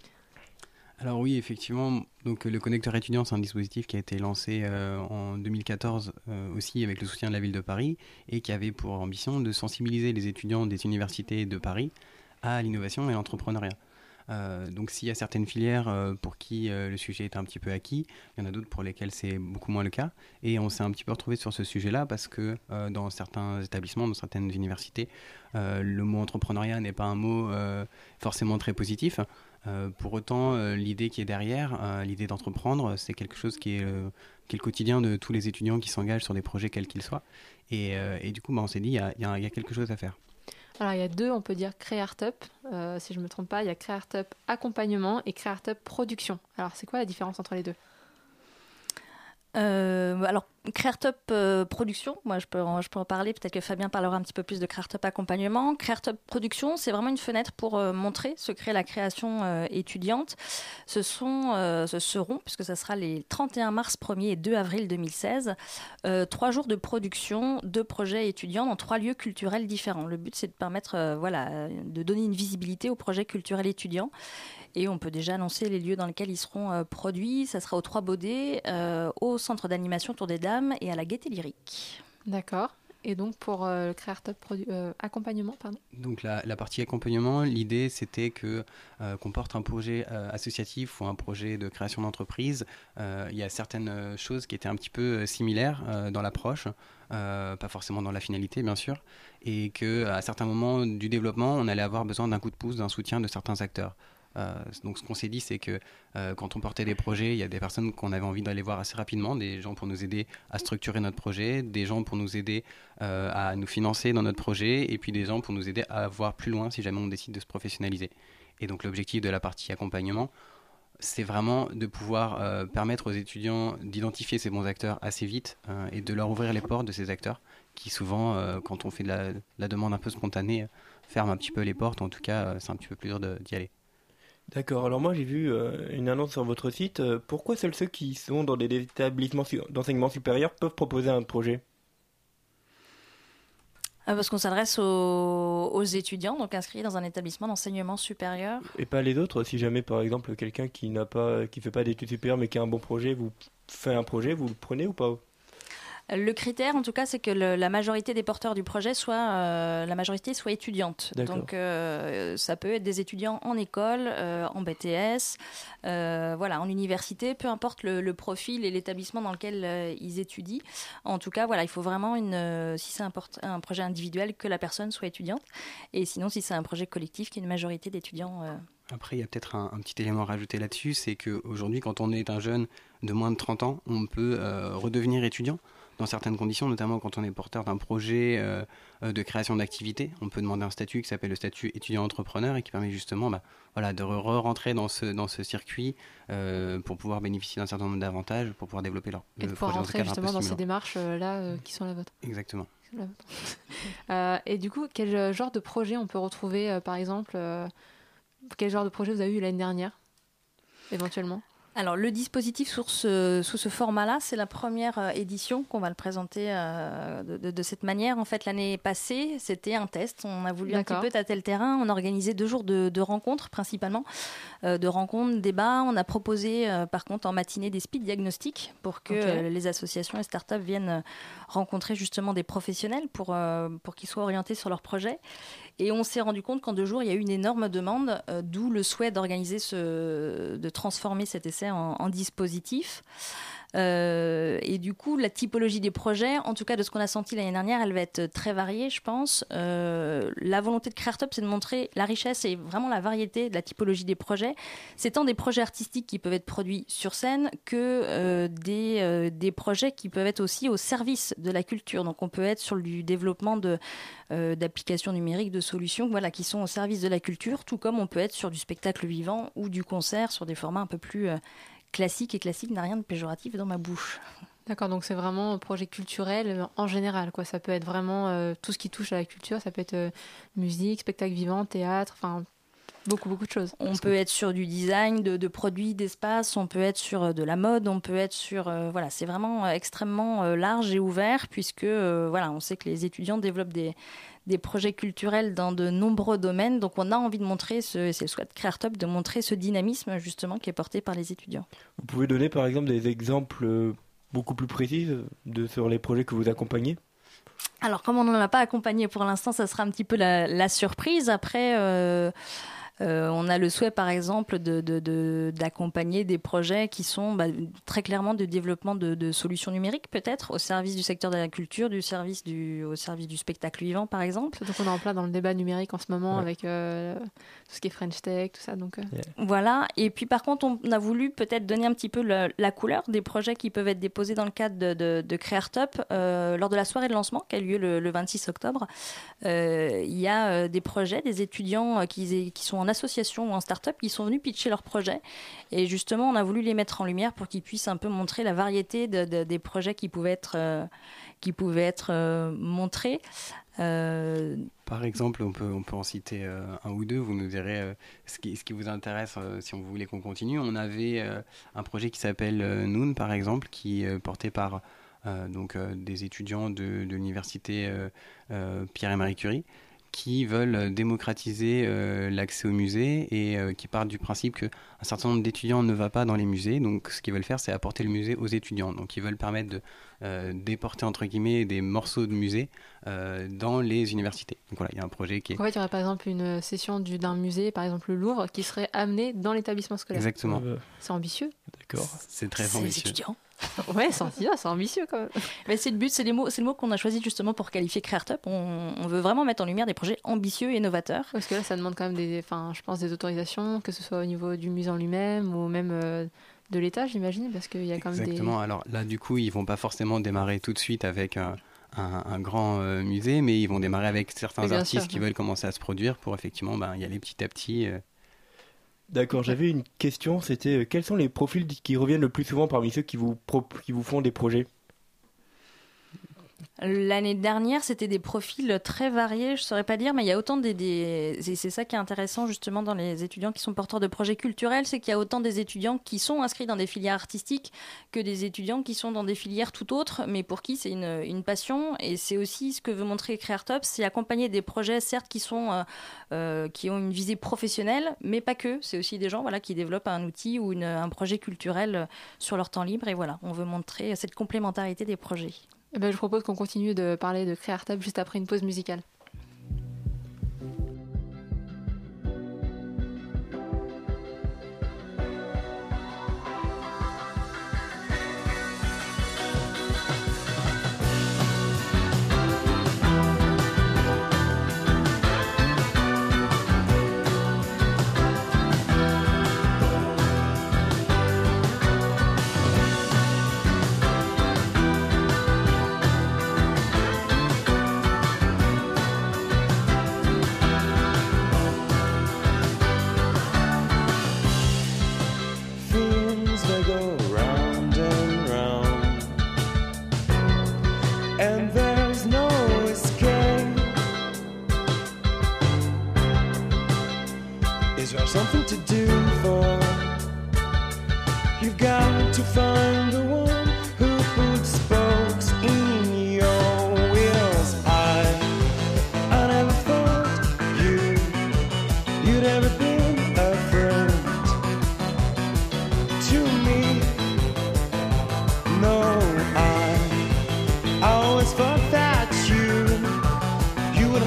Alors oui, effectivement, donc le connecteur étudiant, c'est un dispositif qui a été lancé euh, en deux mille quatorze euh, aussi avec le soutien de la ville de Paris et qui avait pour ambition de sensibiliser les étudiants des universités de Paris à l'innovation et à l'entrepreneuriat. Euh, donc s'il y a certaines filières euh, pour qui euh, le sujet est un petit peu acquis, il y en a d'autres pour lesquelles c'est beaucoup moins le cas. Et on s'est un petit peu retrouvé sur ce sujet-là parce que euh, dans certains établissements, dans certaines universités, euh, le mot entrepreneuriat n'est pas un mot euh, forcément très positif. Euh, pour autant, euh, l'idée qui est derrière, euh, l'idée d'entreprendre, c'est quelque chose qui est, euh, qui est le quotidien de tous les étudiants qui s'engagent sur des projets quels qu'ils soient. Et, euh, et du coup, bah, on s'est dit, il y a, y a, y a quelque chose à faire. Alors, il y a deux, on peut dire CréArtUp, euh, si je ne me trompe pas, il y a CréArtUp accompagnement et CréArtUp production. Alors, c'est quoi la différence entre les deux ? Euh, alors, CréArtUp euh, production, moi je peux, en, je peux en parler, peut-être que Fabien parlera un petit peu plus de CréArtUp accompagnement. CréArtUp production, c'est vraiment une fenêtre pour euh, montrer ce qu'est la création euh, étudiante. Ce, sont, euh, ce seront, puisque ça sera les trente et un mars premier et deux avril deux mille seize, euh, trois jours de production de projets étudiants dans trois lieux culturels différents. Le but, c'est de permettre, euh, voilà, de donner une visibilité aux projets culturels étudiants. Et on peut déjà annoncer les lieux dans lesquels ils seront euh, produits. Ça sera aux Trois Baudets, euh, au Centre d'animation Tour des Dames et à la Gaîté Lyrique. D'accord. Et donc pour euh, le CréArtUp produ- euh, accompagnement, pardon. Donc la, la partie accompagnement, l'idée c'était que euh, qu'on porte un projet euh, associatif ou un projet de création d'entreprise. Euh, il y a certaines choses qui étaient un petit peu euh, similaires euh, dans l'approche, euh, pas forcément dans la finalité bien sûr, et qu'à certains moments du développement, on allait avoir besoin d'un coup de pouce, d'un soutien de certains acteurs. Euh, donc ce qu'on s'est dit, c'est que euh, quand on portait des projets, il y a des personnes qu'on avait envie d'aller voir assez rapidement, des gens pour nous aider à structurer notre projet, des gens pour nous aider euh, à nous financer dans notre projet, et puis des gens pour nous aider à voir plus loin si jamais on décide de se professionnaliser. Et donc l'objectif de la partie accompagnement, c'est vraiment de pouvoir euh, permettre aux étudiants d'identifier ces bons acteurs assez vite euh, et de leur ouvrir les portes de ces acteurs qui souvent, euh, quand on fait de la, de la demande un peu spontanée, ferment un petit peu les portes, en tout cas euh, c'est un petit peu plus dur de, d'y aller. D'accord, alors moi j'ai vu euh, une annonce sur votre site. Euh, pourquoi seuls ceux qui sont dans des établissements su- d'enseignement supérieur peuvent proposer un projet ? Ah, parce qu'on s'adresse aux, aux étudiants, donc inscrits dans un établissement d'enseignement supérieur. Et pas les autres, si jamais par exemple quelqu'un qui n'a pas, qui fait pas d'études supérieures mais qui a un bon projet, vous fait un projet, vous le prenez ou pas ? Le critère, en tout cas, c'est que le, la majorité des porteurs du projet soit euh, la majorité soit étudiante. D'accord. Donc, euh, ça peut être des étudiants en école, euh, en B T S, euh, voilà, en université, peu importe le, le profil et l'établissement dans lequel euh, ils étudient. En tout cas, voilà, il faut vraiment une, euh, si c'est un, port- un projet individuel, que la personne soit étudiante, et sinon, si c'est un projet collectif, qu'il y ait une majorité d'étudiants. Euh, Après, il y a peut-être un, un petit élément à rajouter là-dessus, c'est qu'aujourd'hui, quand on est un jeune de moins de trente ans, on peut euh, redevenir étudiant dans certaines conditions, notamment quand on est porteur d'un projet euh, de création d'activité. On peut demander un statut qui s'appelle le statut étudiant-entrepreneur et qui permet justement bah, voilà, de re-rentrer dans ce, dans ce circuit euh, pour pouvoir bénéficier d'un certain nombre d'avantages, pour pouvoir développer leur et le de pouvoir projet rentrer justement dans ces démarches-là euh, qui sont la vôtre. Exactement. La vôtre. euh, et du coup, quel genre de projet on peut retrouver, euh, par exemple euh, quel genre de projet vous avez eu l'année dernière ? éventuellement ? Alors le dispositif sous ce, sous ce format-là, c'est la première euh, édition qu'on va le présenter euh, de, de, de cette manière. En fait, l'année passée, c'était un test. On a voulu D'accord. un petit peu tâter le terrain. On a organisé deux jours de, de rencontres, principalement, euh, de rencontres, débats. On a proposé, euh, par contre, en matinée, des speed diagnostics pour que Ok. euh, les associations et startups viennent euh, rencontrer justement des professionnels pour, euh, pour qu'ils soient orientés sur leurs projets. Et on s'est rendu compte qu'en deux jours, il y a eu une énorme demande, euh, d'où le souhait d'organiser ce, de transformer cet essai en, en dispositif. Euh, et du coup, la typologie des projets, en tout cas de ce qu'on a senti l'année dernière, elle va être très variée, je pense. Euh, la volonté de Creartup, c'est de montrer la richesse et vraiment la variété de la typologie des projets. C'est tant des projets artistiques qui peuvent être produits sur scène que euh, des, euh, des projets qui peuvent être aussi au service de la culture. Donc on peut être sur du développement de, euh, d'applications numériques, de solutions voilà, qui sont au service de la culture, tout comme on peut être sur du spectacle vivant ou du concert, sur des formats un peu plus... Euh, classique et classique n'a rien de péjoratif dans ma bouche. D'accord, donc c'est vraiment un projet culturel en général, quoi. Ça peut être vraiment euh, tout ce qui touche à la culture, ça peut être euh, musique, spectacle vivant, théâtre, enfin beaucoup, beaucoup de choses. On peut être sur du design, de, de produits, d'espace, on peut être sur de la mode, on peut être sur... Euh, voilà, c'est vraiment extrêmement euh, large et ouvert puisque, euh, voilà, on sait que les étudiants développent des... des projets culturels dans de nombreux domaines. Donc on a envie de montrer, ce, c'est le souhait de Creartup, de montrer ce dynamisme justement qui est porté par les étudiants. Vous pouvez donner par exemple des exemples euh, beaucoup plus précis de, sur les projets que vous accompagnez ? Alors comme on n'en a pas accompagné pour l'instant, ça sera un petit peu la, la surprise. Après... Euh, Euh, on a le souhait, par exemple, de, de, de, d'accompagner des projets qui sont bah, très clairement de développement de, de solutions numériques, peut-être, au service du secteur de la culture, du service du, au service du spectacle vivant, par exemple. Donc on est en plein dans le débat numérique en ce moment, Ouais. avec euh, tout ce qui est French Tech, tout ça. Donc, euh... Voilà. Et puis, par contre, on a voulu peut-être donner un petit peu le, la couleur des projets qui peuvent être déposés dans le cadre de, de, de Creartup. Euh, lors de la soirée de lancement, qui a lieu le, le vingt-six octobre, euh, il y a euh, des projets, des étudiants euh, qui, qui sont en association ou en start-up qui sont venus pitcher leurs projets. Et justement, on a voulu les mettre en lumière pour qu'ils puissent un peu montrer la variété de, de, des projets qui pouvaient être, euh, qui pouvaient être euh, montrés. Euh... Par exemple, on peut, on peut en citer euh, un ou deux. Vous nous direz euh, ce, qui, ce qui vous intéresse euh, si on voulait qu'on continue. On avait euh, un projet qui s'appelle euh, Noon, par exemple, qui est euh, porté par euh, donc, euh, des étudiants de, de l'université euh, euh, Pierre et Marie Curie, qui veulent démocratiser euh, l'accès aux musées et euh, qui partent du principe qu'un certain nombre d'étudiants ne va pas dans les musées. Donc, ce qu'ils veulent faire, c'est apporter le musée aux étudiants. Donc, ils veulent permettre de euh, déporter, entre guillemets, des morceaux de musée euh, dans les universités. Donc, voilà, il y a un projet qui est... En fait, il y aurait par exemple une session du, d'un musée, par exemple le Louvre, qui serait amenée dans l'établissement scolaire. Exactement. C'est ambitieux. D'accord. C'est très C'est ambitieux. les étudiants. Ouais, c'est ambitieux, c'est ambitieux quand même. Mais c'est le but, c'est, les mots, c'est le mot qu'on a choisi justement pour qualifier Creartup. On, on veut vraiment mettre en lumière des projets ambitieux et novateurs. Parce que là, ça demande quand même des, enfin, je pense des autorisations, que ce soit au niveau du musée en lui-même ou même euh, de l'État, j'imagine, parce qu'il y a quand même Exactement. des... Alors là, du coup, ils vont pas forcément démarrer tout de suite avec un, un, un grand euh, musée, mais ils vont démarrer avec certains Bien artistes sûr. qui veulent commencer à se produire pour effectivement ben, y aller petit à petit. euh. D'accord, j'avais une question, c'était euh, quels sont les profils qui reviennent le plus souvent parmi ceux qui vous, pro- qui vous font des projets ? L'année dernière, c'était des profils très variés, je ne saurais pas dire, mais il y a autant des... des... C'est, c'est ça qui est intéressant justement dans les étudiants qui sont porteurs de projets culturels, c'est qu'il y a autant des étudiants qui sont inscrits dans des filières artistiques que des étudiants qui sont dans des filières tout autres, mais pour qui c'est une, une passion. Et c'est aussi ce que veut montrer Creartup, c'est accompagner des projets, certes, qui, sont, euh, euh, qui ont une visée professionnelle, mais pas que. C'est aussi des gens voilà, qui développent un outil ou une, un projet culturel sur leur temps libre. Et voilà, on veut montrer cette complémentarité des projets. Eh ben, je propose qu'on continue de parler de Creartup juste après une pause musicale. Thank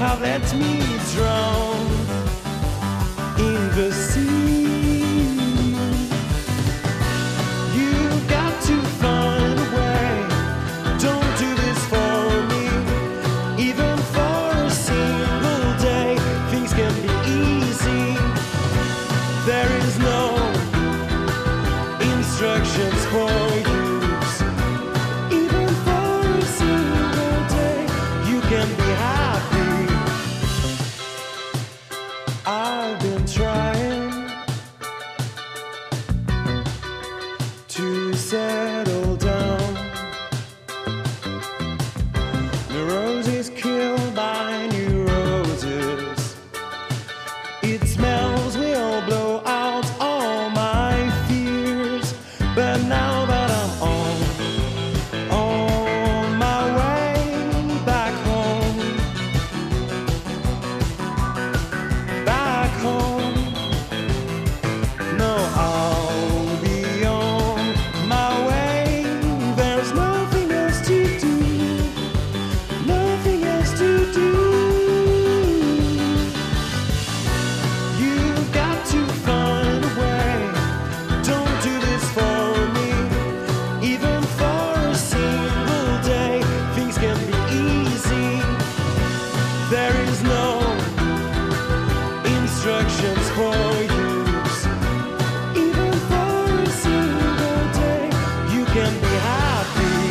love lets me drown in the sea. You've got to find a way. Don't do this for me, even for a single day. Things can be easy. There is no instructions for use. Even for a single day, you can be happy. I've been trying to settle down. Neuroses killed by new roses. It smells will blow out all my fears. But now that I'm on, on my way back home, back home. No, I'll be on my way. There's nothing else to do, nothing else to do. You've got to find a way. Don't do this for me, even for a single day. Things can be easy. There is no instructions for use. Even for a single day, you can be happy.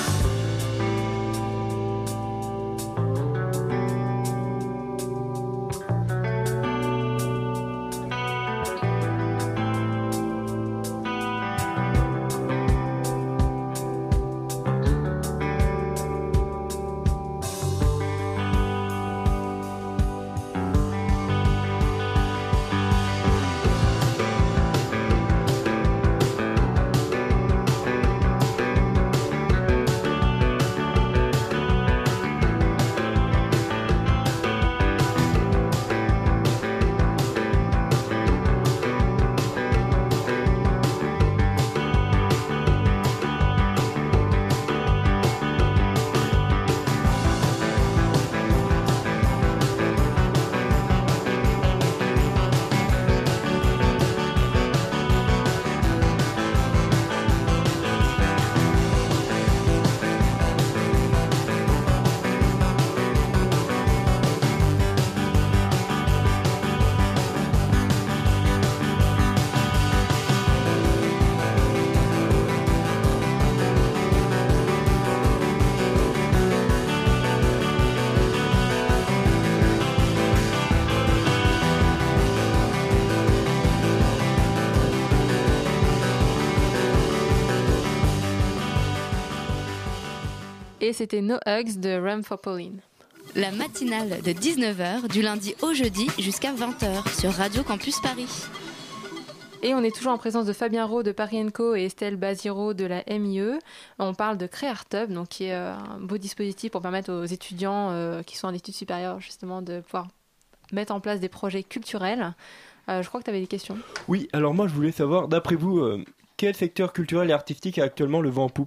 Et c'était No Hugs de Ram for Pauline. La matinale de dix-neuf heures du lundi au jeudi jusqu'à vingt heures sur Radio Campus Paris. Et on est toujours en présence de Fabien Rowe de Paris and Co et Estelle Baziro de la M I E. On parle de CréArtHub, donc qui est un beau dispositif pour permettre aux étudiants euh, qui sont en études supérieures justement de pouvoir mettre en place des projets culturels. Euh, je crois que tu avais des questions. Oui, alors moi je voulais savoir, d'après vous, euh, quel secteur culturel et artistique a actuellement le vent en poupe ?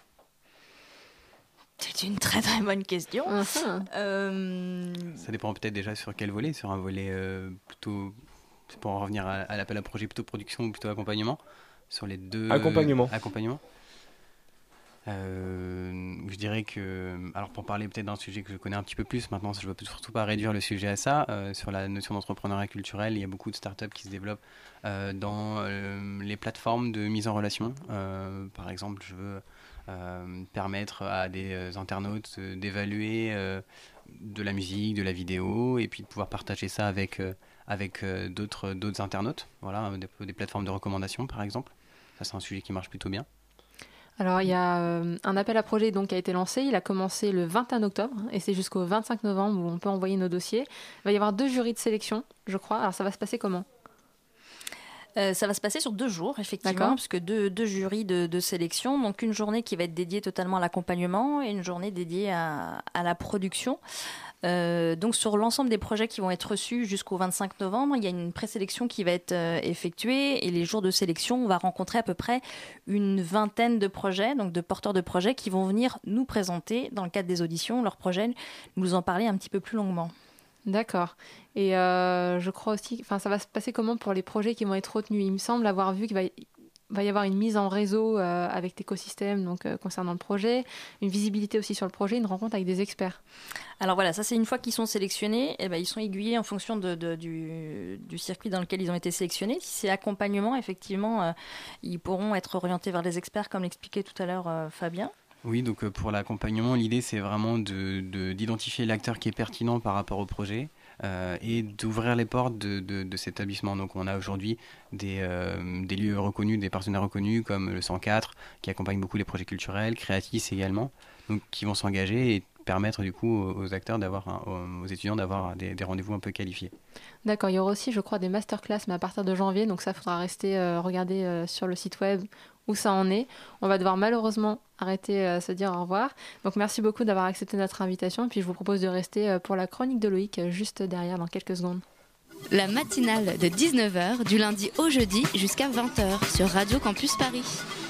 C'est une très très bonne question. Uh-huh. Euh... Ça dépend peut-être déjà sur quel volet, sur un volet euh, plutôt, c'est pour en revenir à, à l'appel à projet plutôt production ou plutôt accompagnement, sur les deux... Accompagnement. Accompagnement. Euh, je dirais que, alors pour parler peut-être d'un sujet que je connais un petit peu plus maintenant, je ne veux surtout pas réduire le sujet à ça, euh, sur la notion d'entrepreneuriat culturel, il y a beaucoup de startups qui se développent euh, dans euh, les plateformes de mise en relation. Euh, par exemple, je veux euh, permettre à des euh, internautes euh, d'évaluer euh, de la musique, de la vidéo, et puis de pouvoir partager ça avec, euh, avec euh, d'autres, d'autres internautes, voilà, des, des plateformes de recommandation par exemple. Ça c'est un sujet qui marche plutôt bien. Alors, il y a euh, un appel à projet donc, qui a été lancé. Il a commencé le vingt et un octobre et c'est jusqu'au vingt-cinq novembre où on peut envoyer nos dossiers. Il va y avoir deux jurys de sélection, je crois. Alors, ça va se passer comment ? Euh, ça va se passer sur deux jours, effectivement, puisque deux, deux jurys de, de sélection. Donc, une journée qui va être dédiée totalement à l'accompagnement et une journée dédiée à, à la production. Euh, donc, sur l'ensemble des projets qui vont être reçus jusqu'au vingt-cinq novembre, il y a une présélection qui va être euh, effectuée et les jours de sélection, on va rencontrer à peu près une vingtaine de projets, donc de porteurs de projets qui vont venir nous présenter, dans le cadre des auditions, leurs projets, nous en parler un petit peu plus longuement. D'accord. Et euh, je crois aussi, enfin, ça va se passer comment pour les projets qui vont être retenus? Il me semble avoir vu qu'il va y, va y avoir une mise en réseau euh, avec l'écosystème, donc euh, concernant le projet, une visibilité aussi sur le projet, une rencontre avec des experts. Alors voilà, ça c'est une fois qu'ils sont sélectionnés, eh ben, ils sont aiguillés en fonction de, de, du, du circuit dans lequel ils ont été sélectionnés. Si c'est accompagnement, effectivement, euh, ils pourront être orientés vers des experts, comme l'expliquait tout à l'heure euh, Fabien. Oui, donc euh, pour l'accompagnement, l'idée c'est vraiment de, de, d'identifier l'acteur qui est pertinent par rapport au projet euh, et d'ouvrir les portes de, de, de cet établissement. Donc on a aujourd'hui des, euh, des lieux reconnus, des partenaires reconnus comme le cent quatre qui accompagne beaucoup les projets culturels, Creatis également, donc qui vont s'engager et permettre du coup aux acteurs d'avoir, un, aux étudiants d'avoir des, des rendez-vous un peu qualifiés. D'accord, il y aura aussi je crois des masterclass mais à partir de janvier, donc ça faudra rester euh, regarder euh, sur le site web où ça en est. On va devoir malheureusement arrêter euh, se dire au revoir. Donc merci beaucoup d'avoir accepté notre invitation et puis je vous propose de rester euh, pour la chronique de Loïc euh, juste derrière dans quelques secondes. La matinale de dix-neuf heures du lundi au jeudi jusqu'à vingt heures sur Radio Campus Paris.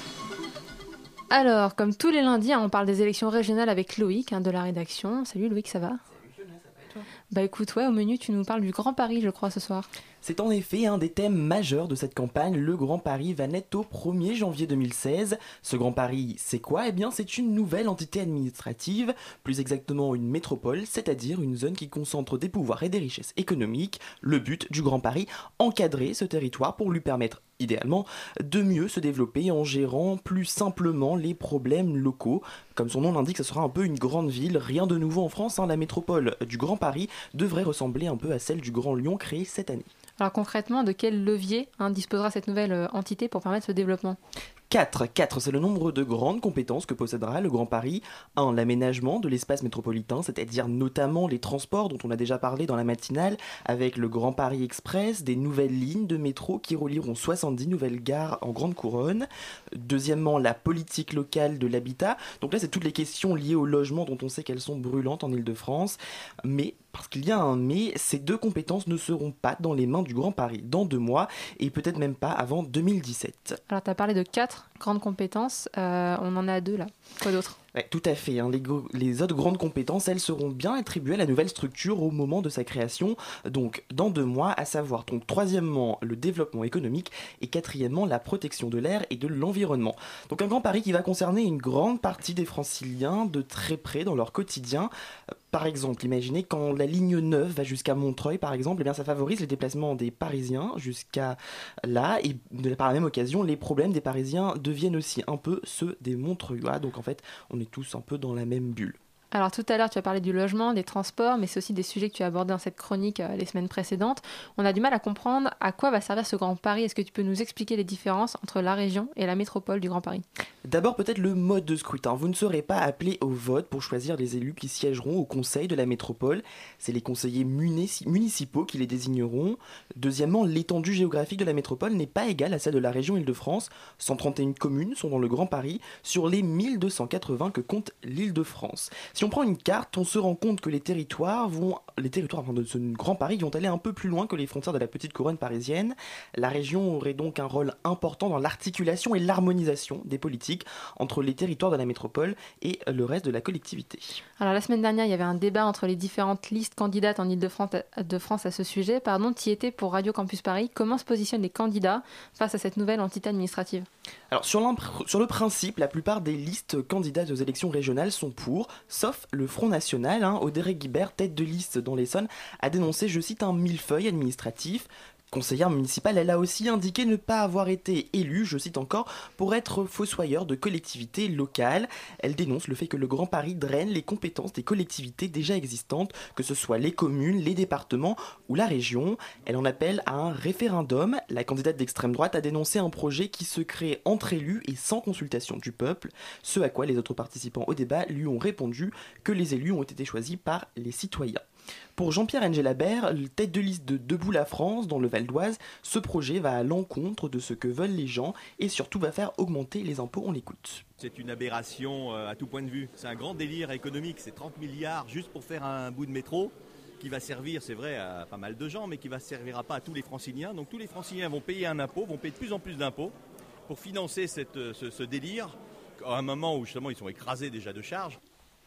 Alors, comme tous les lundis, hein, on parle des élections régionales avec Loïc hein, de la rédaction. Salut Loïc, ça va ? Salut, ça va et toi ? Bah écoute, ouais, au menu, tu nous parles du Grand Paris, je crois, ce soir. C'est en effet un des thèmes majeurs de cette campagne. Le Grand Paris va naître au premier janvier deux mille seize. Ce Grand Paris, c'est quoi ? Eh bien, c'est une nouvelle entité administrative, plus exactement une métropole, c'est-à-dire une zone qui concentre des pouvoirs et des richesses économiques. Le but du Grand Paris, encadrer ce territoire pour lui permettre, idéalement, de mieux se développer en gérant plus simplement les problèmes locaux. Comme son nom l'indique, ce sera un peu une grande ville. Rien de nouveau en France, hein. La métropole du Grand Paris devrait ressembler un peu à celle du Grand Lyon créée cette année. Alors concrètement, de quel levier hein, disposera cette nouvelle euh, entité pour permettre ce développement ? quatre. quatre, c'est le nombre de grandes compétences que possédera le Grand Paris. un. L'aménagement de l'espace métropolitain, c'est-à-dire notamment les transports dont on a déjà parlé dans la matinale, avec le Grand Paris Express, des nouvelles lignes de métro qui relieront soixante-dix nouvelles gares en Grande Couronne. Deuxièmement, la politique locale de l'habitat. Donc là, c'est toutes les questions liées au logement dont on sait qu'elles sont brûlantes en Ile-de-France. Mais, parce qu'il y a un mais, ces deux compétences ne seront pas dans les mains du Grand Paris dans deux mois, et peut-être même pas avant deux mille dix-sept. Alors, tu as parlé de quatre grandes compétences, euh, on en a deux là. Quoi d'autre ? Ouais, tout à fait. Hein. Les, go- les autres grandes compétences, elles seront bien attribuées à la nouvelle structure au moment de sa création, donc dans deux mois, à savoir donc troisièmement le développement économique et quatrièmement la protection de l'air et de l'environnement. Donc un Grand Paris qui va concerner une grande partie des Franciliens de très près dans leur quotidien. Par exemple, imaginez quand la ligne neuf va jusqu'à Montreuil, par exemple, eh bien ça favorise les déplacements des Parisiens jusqu'à là, et de, par la même occasion, les problèmes des Parisiens deviennent aussi un peu ceux des Montreuillois. Donc en fait, on est tous un peu dans la même bulle. Alors tout à l'heure, tu as parlé du logement, des transports, mais c'est aussi des sujets que tu as abordés dans cette chronique euh, les semaines précédentes. On a du mal à comprendre à quoi va servir ce Grand Paris. Est-ce que tu peux nous expliquer les différences entre la région et la métropole du Grand Paris ? D'abord, peut-être le mode de scrutin. Vous ne serez pas appelé au vote pour choisir les élus qui siégeront au conseil de la métropole. C'est les conseillers munici- municipaux qui les désigneront. Deuxièmement, l'étendue géographique de la métropole n'est pas égale à celle de la région Île-de-France. cent trente et une communes sont dans le Grand Paris sur les mille deux cent quatre-vingts que compte l'Île-de-France. Si on prend une carte, on se rend compte que les territoires vont, les territoires de ce Grand Paris vont aller un peu plus loin que les frontières de la petite couronne parisienne. La région aurait donc un rôle important dans l'articulation et l'harmonisation des politiques entre les territoires de la métropole et le reste de la collectivité. Alors la semaine dernière, il y avait un débat entre les différentes listes candidates en Île-de-France de France à ce sujet. Pardon, tu y étais pour Radio Campus Paris. Comment se positionnent les candidats face à cette nouvelle entité administrative ? Alors sur, sur le principe, la plupart des listes candidates aux élections régionales sont pour, sauf le Front National. Hein. Audrey Guibert, tête de liste dans l'Essonne, a dénoncé, je cite, un millefeuille administratif. Conseillère municipale, elle a aussi indiqué ne pas avoir été élue, je cite encore, pour être fossoyeur de collectivités locales. Elle dénonce le fait que le Grand Paris draine les compétences des collectivités déjà existantes, que ce soit les communes, les départements ou la région. Elle en appelle à un référendum. La candidate d'extrême droite a dénoncé un projet qui se crée entre élus et sans consultation du peuple, ce à quoi les autres participants au débat lui ont répondu que les élus ont été choisis par les citoyens. Pour Jean-Pierre Engelabert, tête de liste de Debout la France dans le Val d'Oise, ce projet va à l'encontre de ce que veulent les gens et surtout va faire augmenter les impôts. On l'écoute. C'est une aberration à tout point de vue. C'est un grand délire économique, c'est trente milliards juste pour faire un bout de métro qui va servir, c'est vrai, à pas mal de gens, mais qui ne servira pas à tous les Franciliens. Donc tous les Franciliens vont payer un impôt, vont payer de plus en plus d'impôts pour financer cette, ce, ce délire, à un moment où justement ils sont écrasés déjà de charges.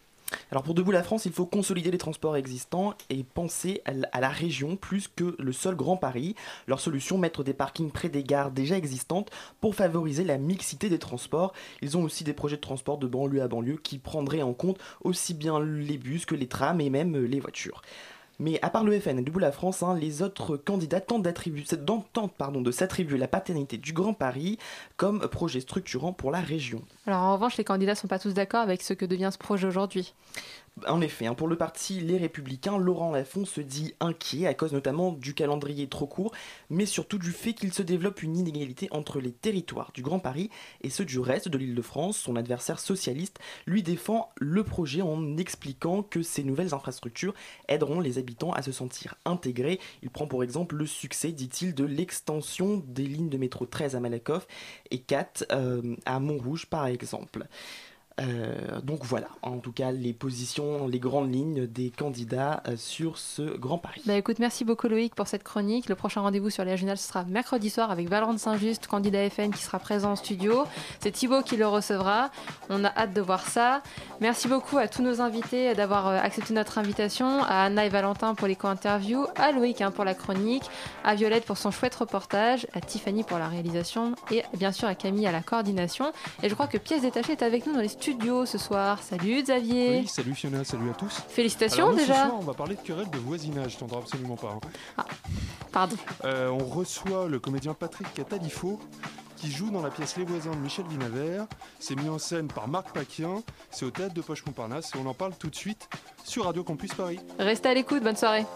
Alors pour Debout la France, il faut consolider les transports existants et penser à la région plus que le seul Grand Paris. Leur solution, mettre des parkings près des gares déjà existantes pour favoriser la mixité des transports. Ils ont aussi des projets de transport de banlieue à banlieue qui prendraient en compte aussi bien les bus que les trams et même les voitures. Mais à part le F N et Debout la France, hein, les autres candidats tentent, tentent pardon, de s'attribuer la paternité du Grand Paris comme projet structurant pour la région. Alors en revanche, les candidats ne sont pas tous d'accord avec ce que devient ce projet aujourd'hui. En effet, hein, pour le parti Les Républicains, Laurent Lafont se dit inquiet à cause notamment du calendrier trop court, mais surtout du fait qu'il se développe une inégalité entre les territoires du Grand Paris et ceux du reste de l'Île-de-France. Son adversaire socialiste lui défend le projet en expliquant que ces nouvelles infrastructures aideront les habitants à se sentir intégrés. Il prend pour exemple le succès, dit-il, de l'extension des lignes de métro treize à Malakoff et quatre euh, à Montrouge par exemple. Euh, donc voilà, en tout cas les positions, les grandes lignes des candidats euh, sur ce Grand Paris. Bah écoute, merci beaucoup Loïc pour cette chronique. Le prochain rendez-vous sur les régionales, ce sera mercredi soir avec Valente Saint-Just, candidat F N qui sera présent en studio. C'est Thibaut qui le recevra. On a hâte de voir ça. Merci beaucoup à tous nos invités d'avoir accepté notre invitation, à Anna et Valentin pour les co-interviews, à Loïc hein, pour la chronique, à Violette pour son chouette reportage, à Tiffany pour la réalisation et bien sûr à Camille à la coordination. Et je crois que Pièce Détachée est avec nous dans les studios studio ce soir. Salut Xavier. Oui, salut Fiona, salut à tous. Félicitations. Alors, nous, déjà. Ce soir, on va parler de querelle de voisinage, je t'entends absolument pas. Hein. Ah, pardon. Euh, on reçoit le comédien Patrick Catalifo qui joue dans la pièce Les Voisins de Michel Vinavert. C'est mis en scène par Marc Paquien. C'est au théâtre de Poche-Montparnasse et on en parle tout de suite sur Radio Campus Paris. Restez à l'écoute, bonne soirée.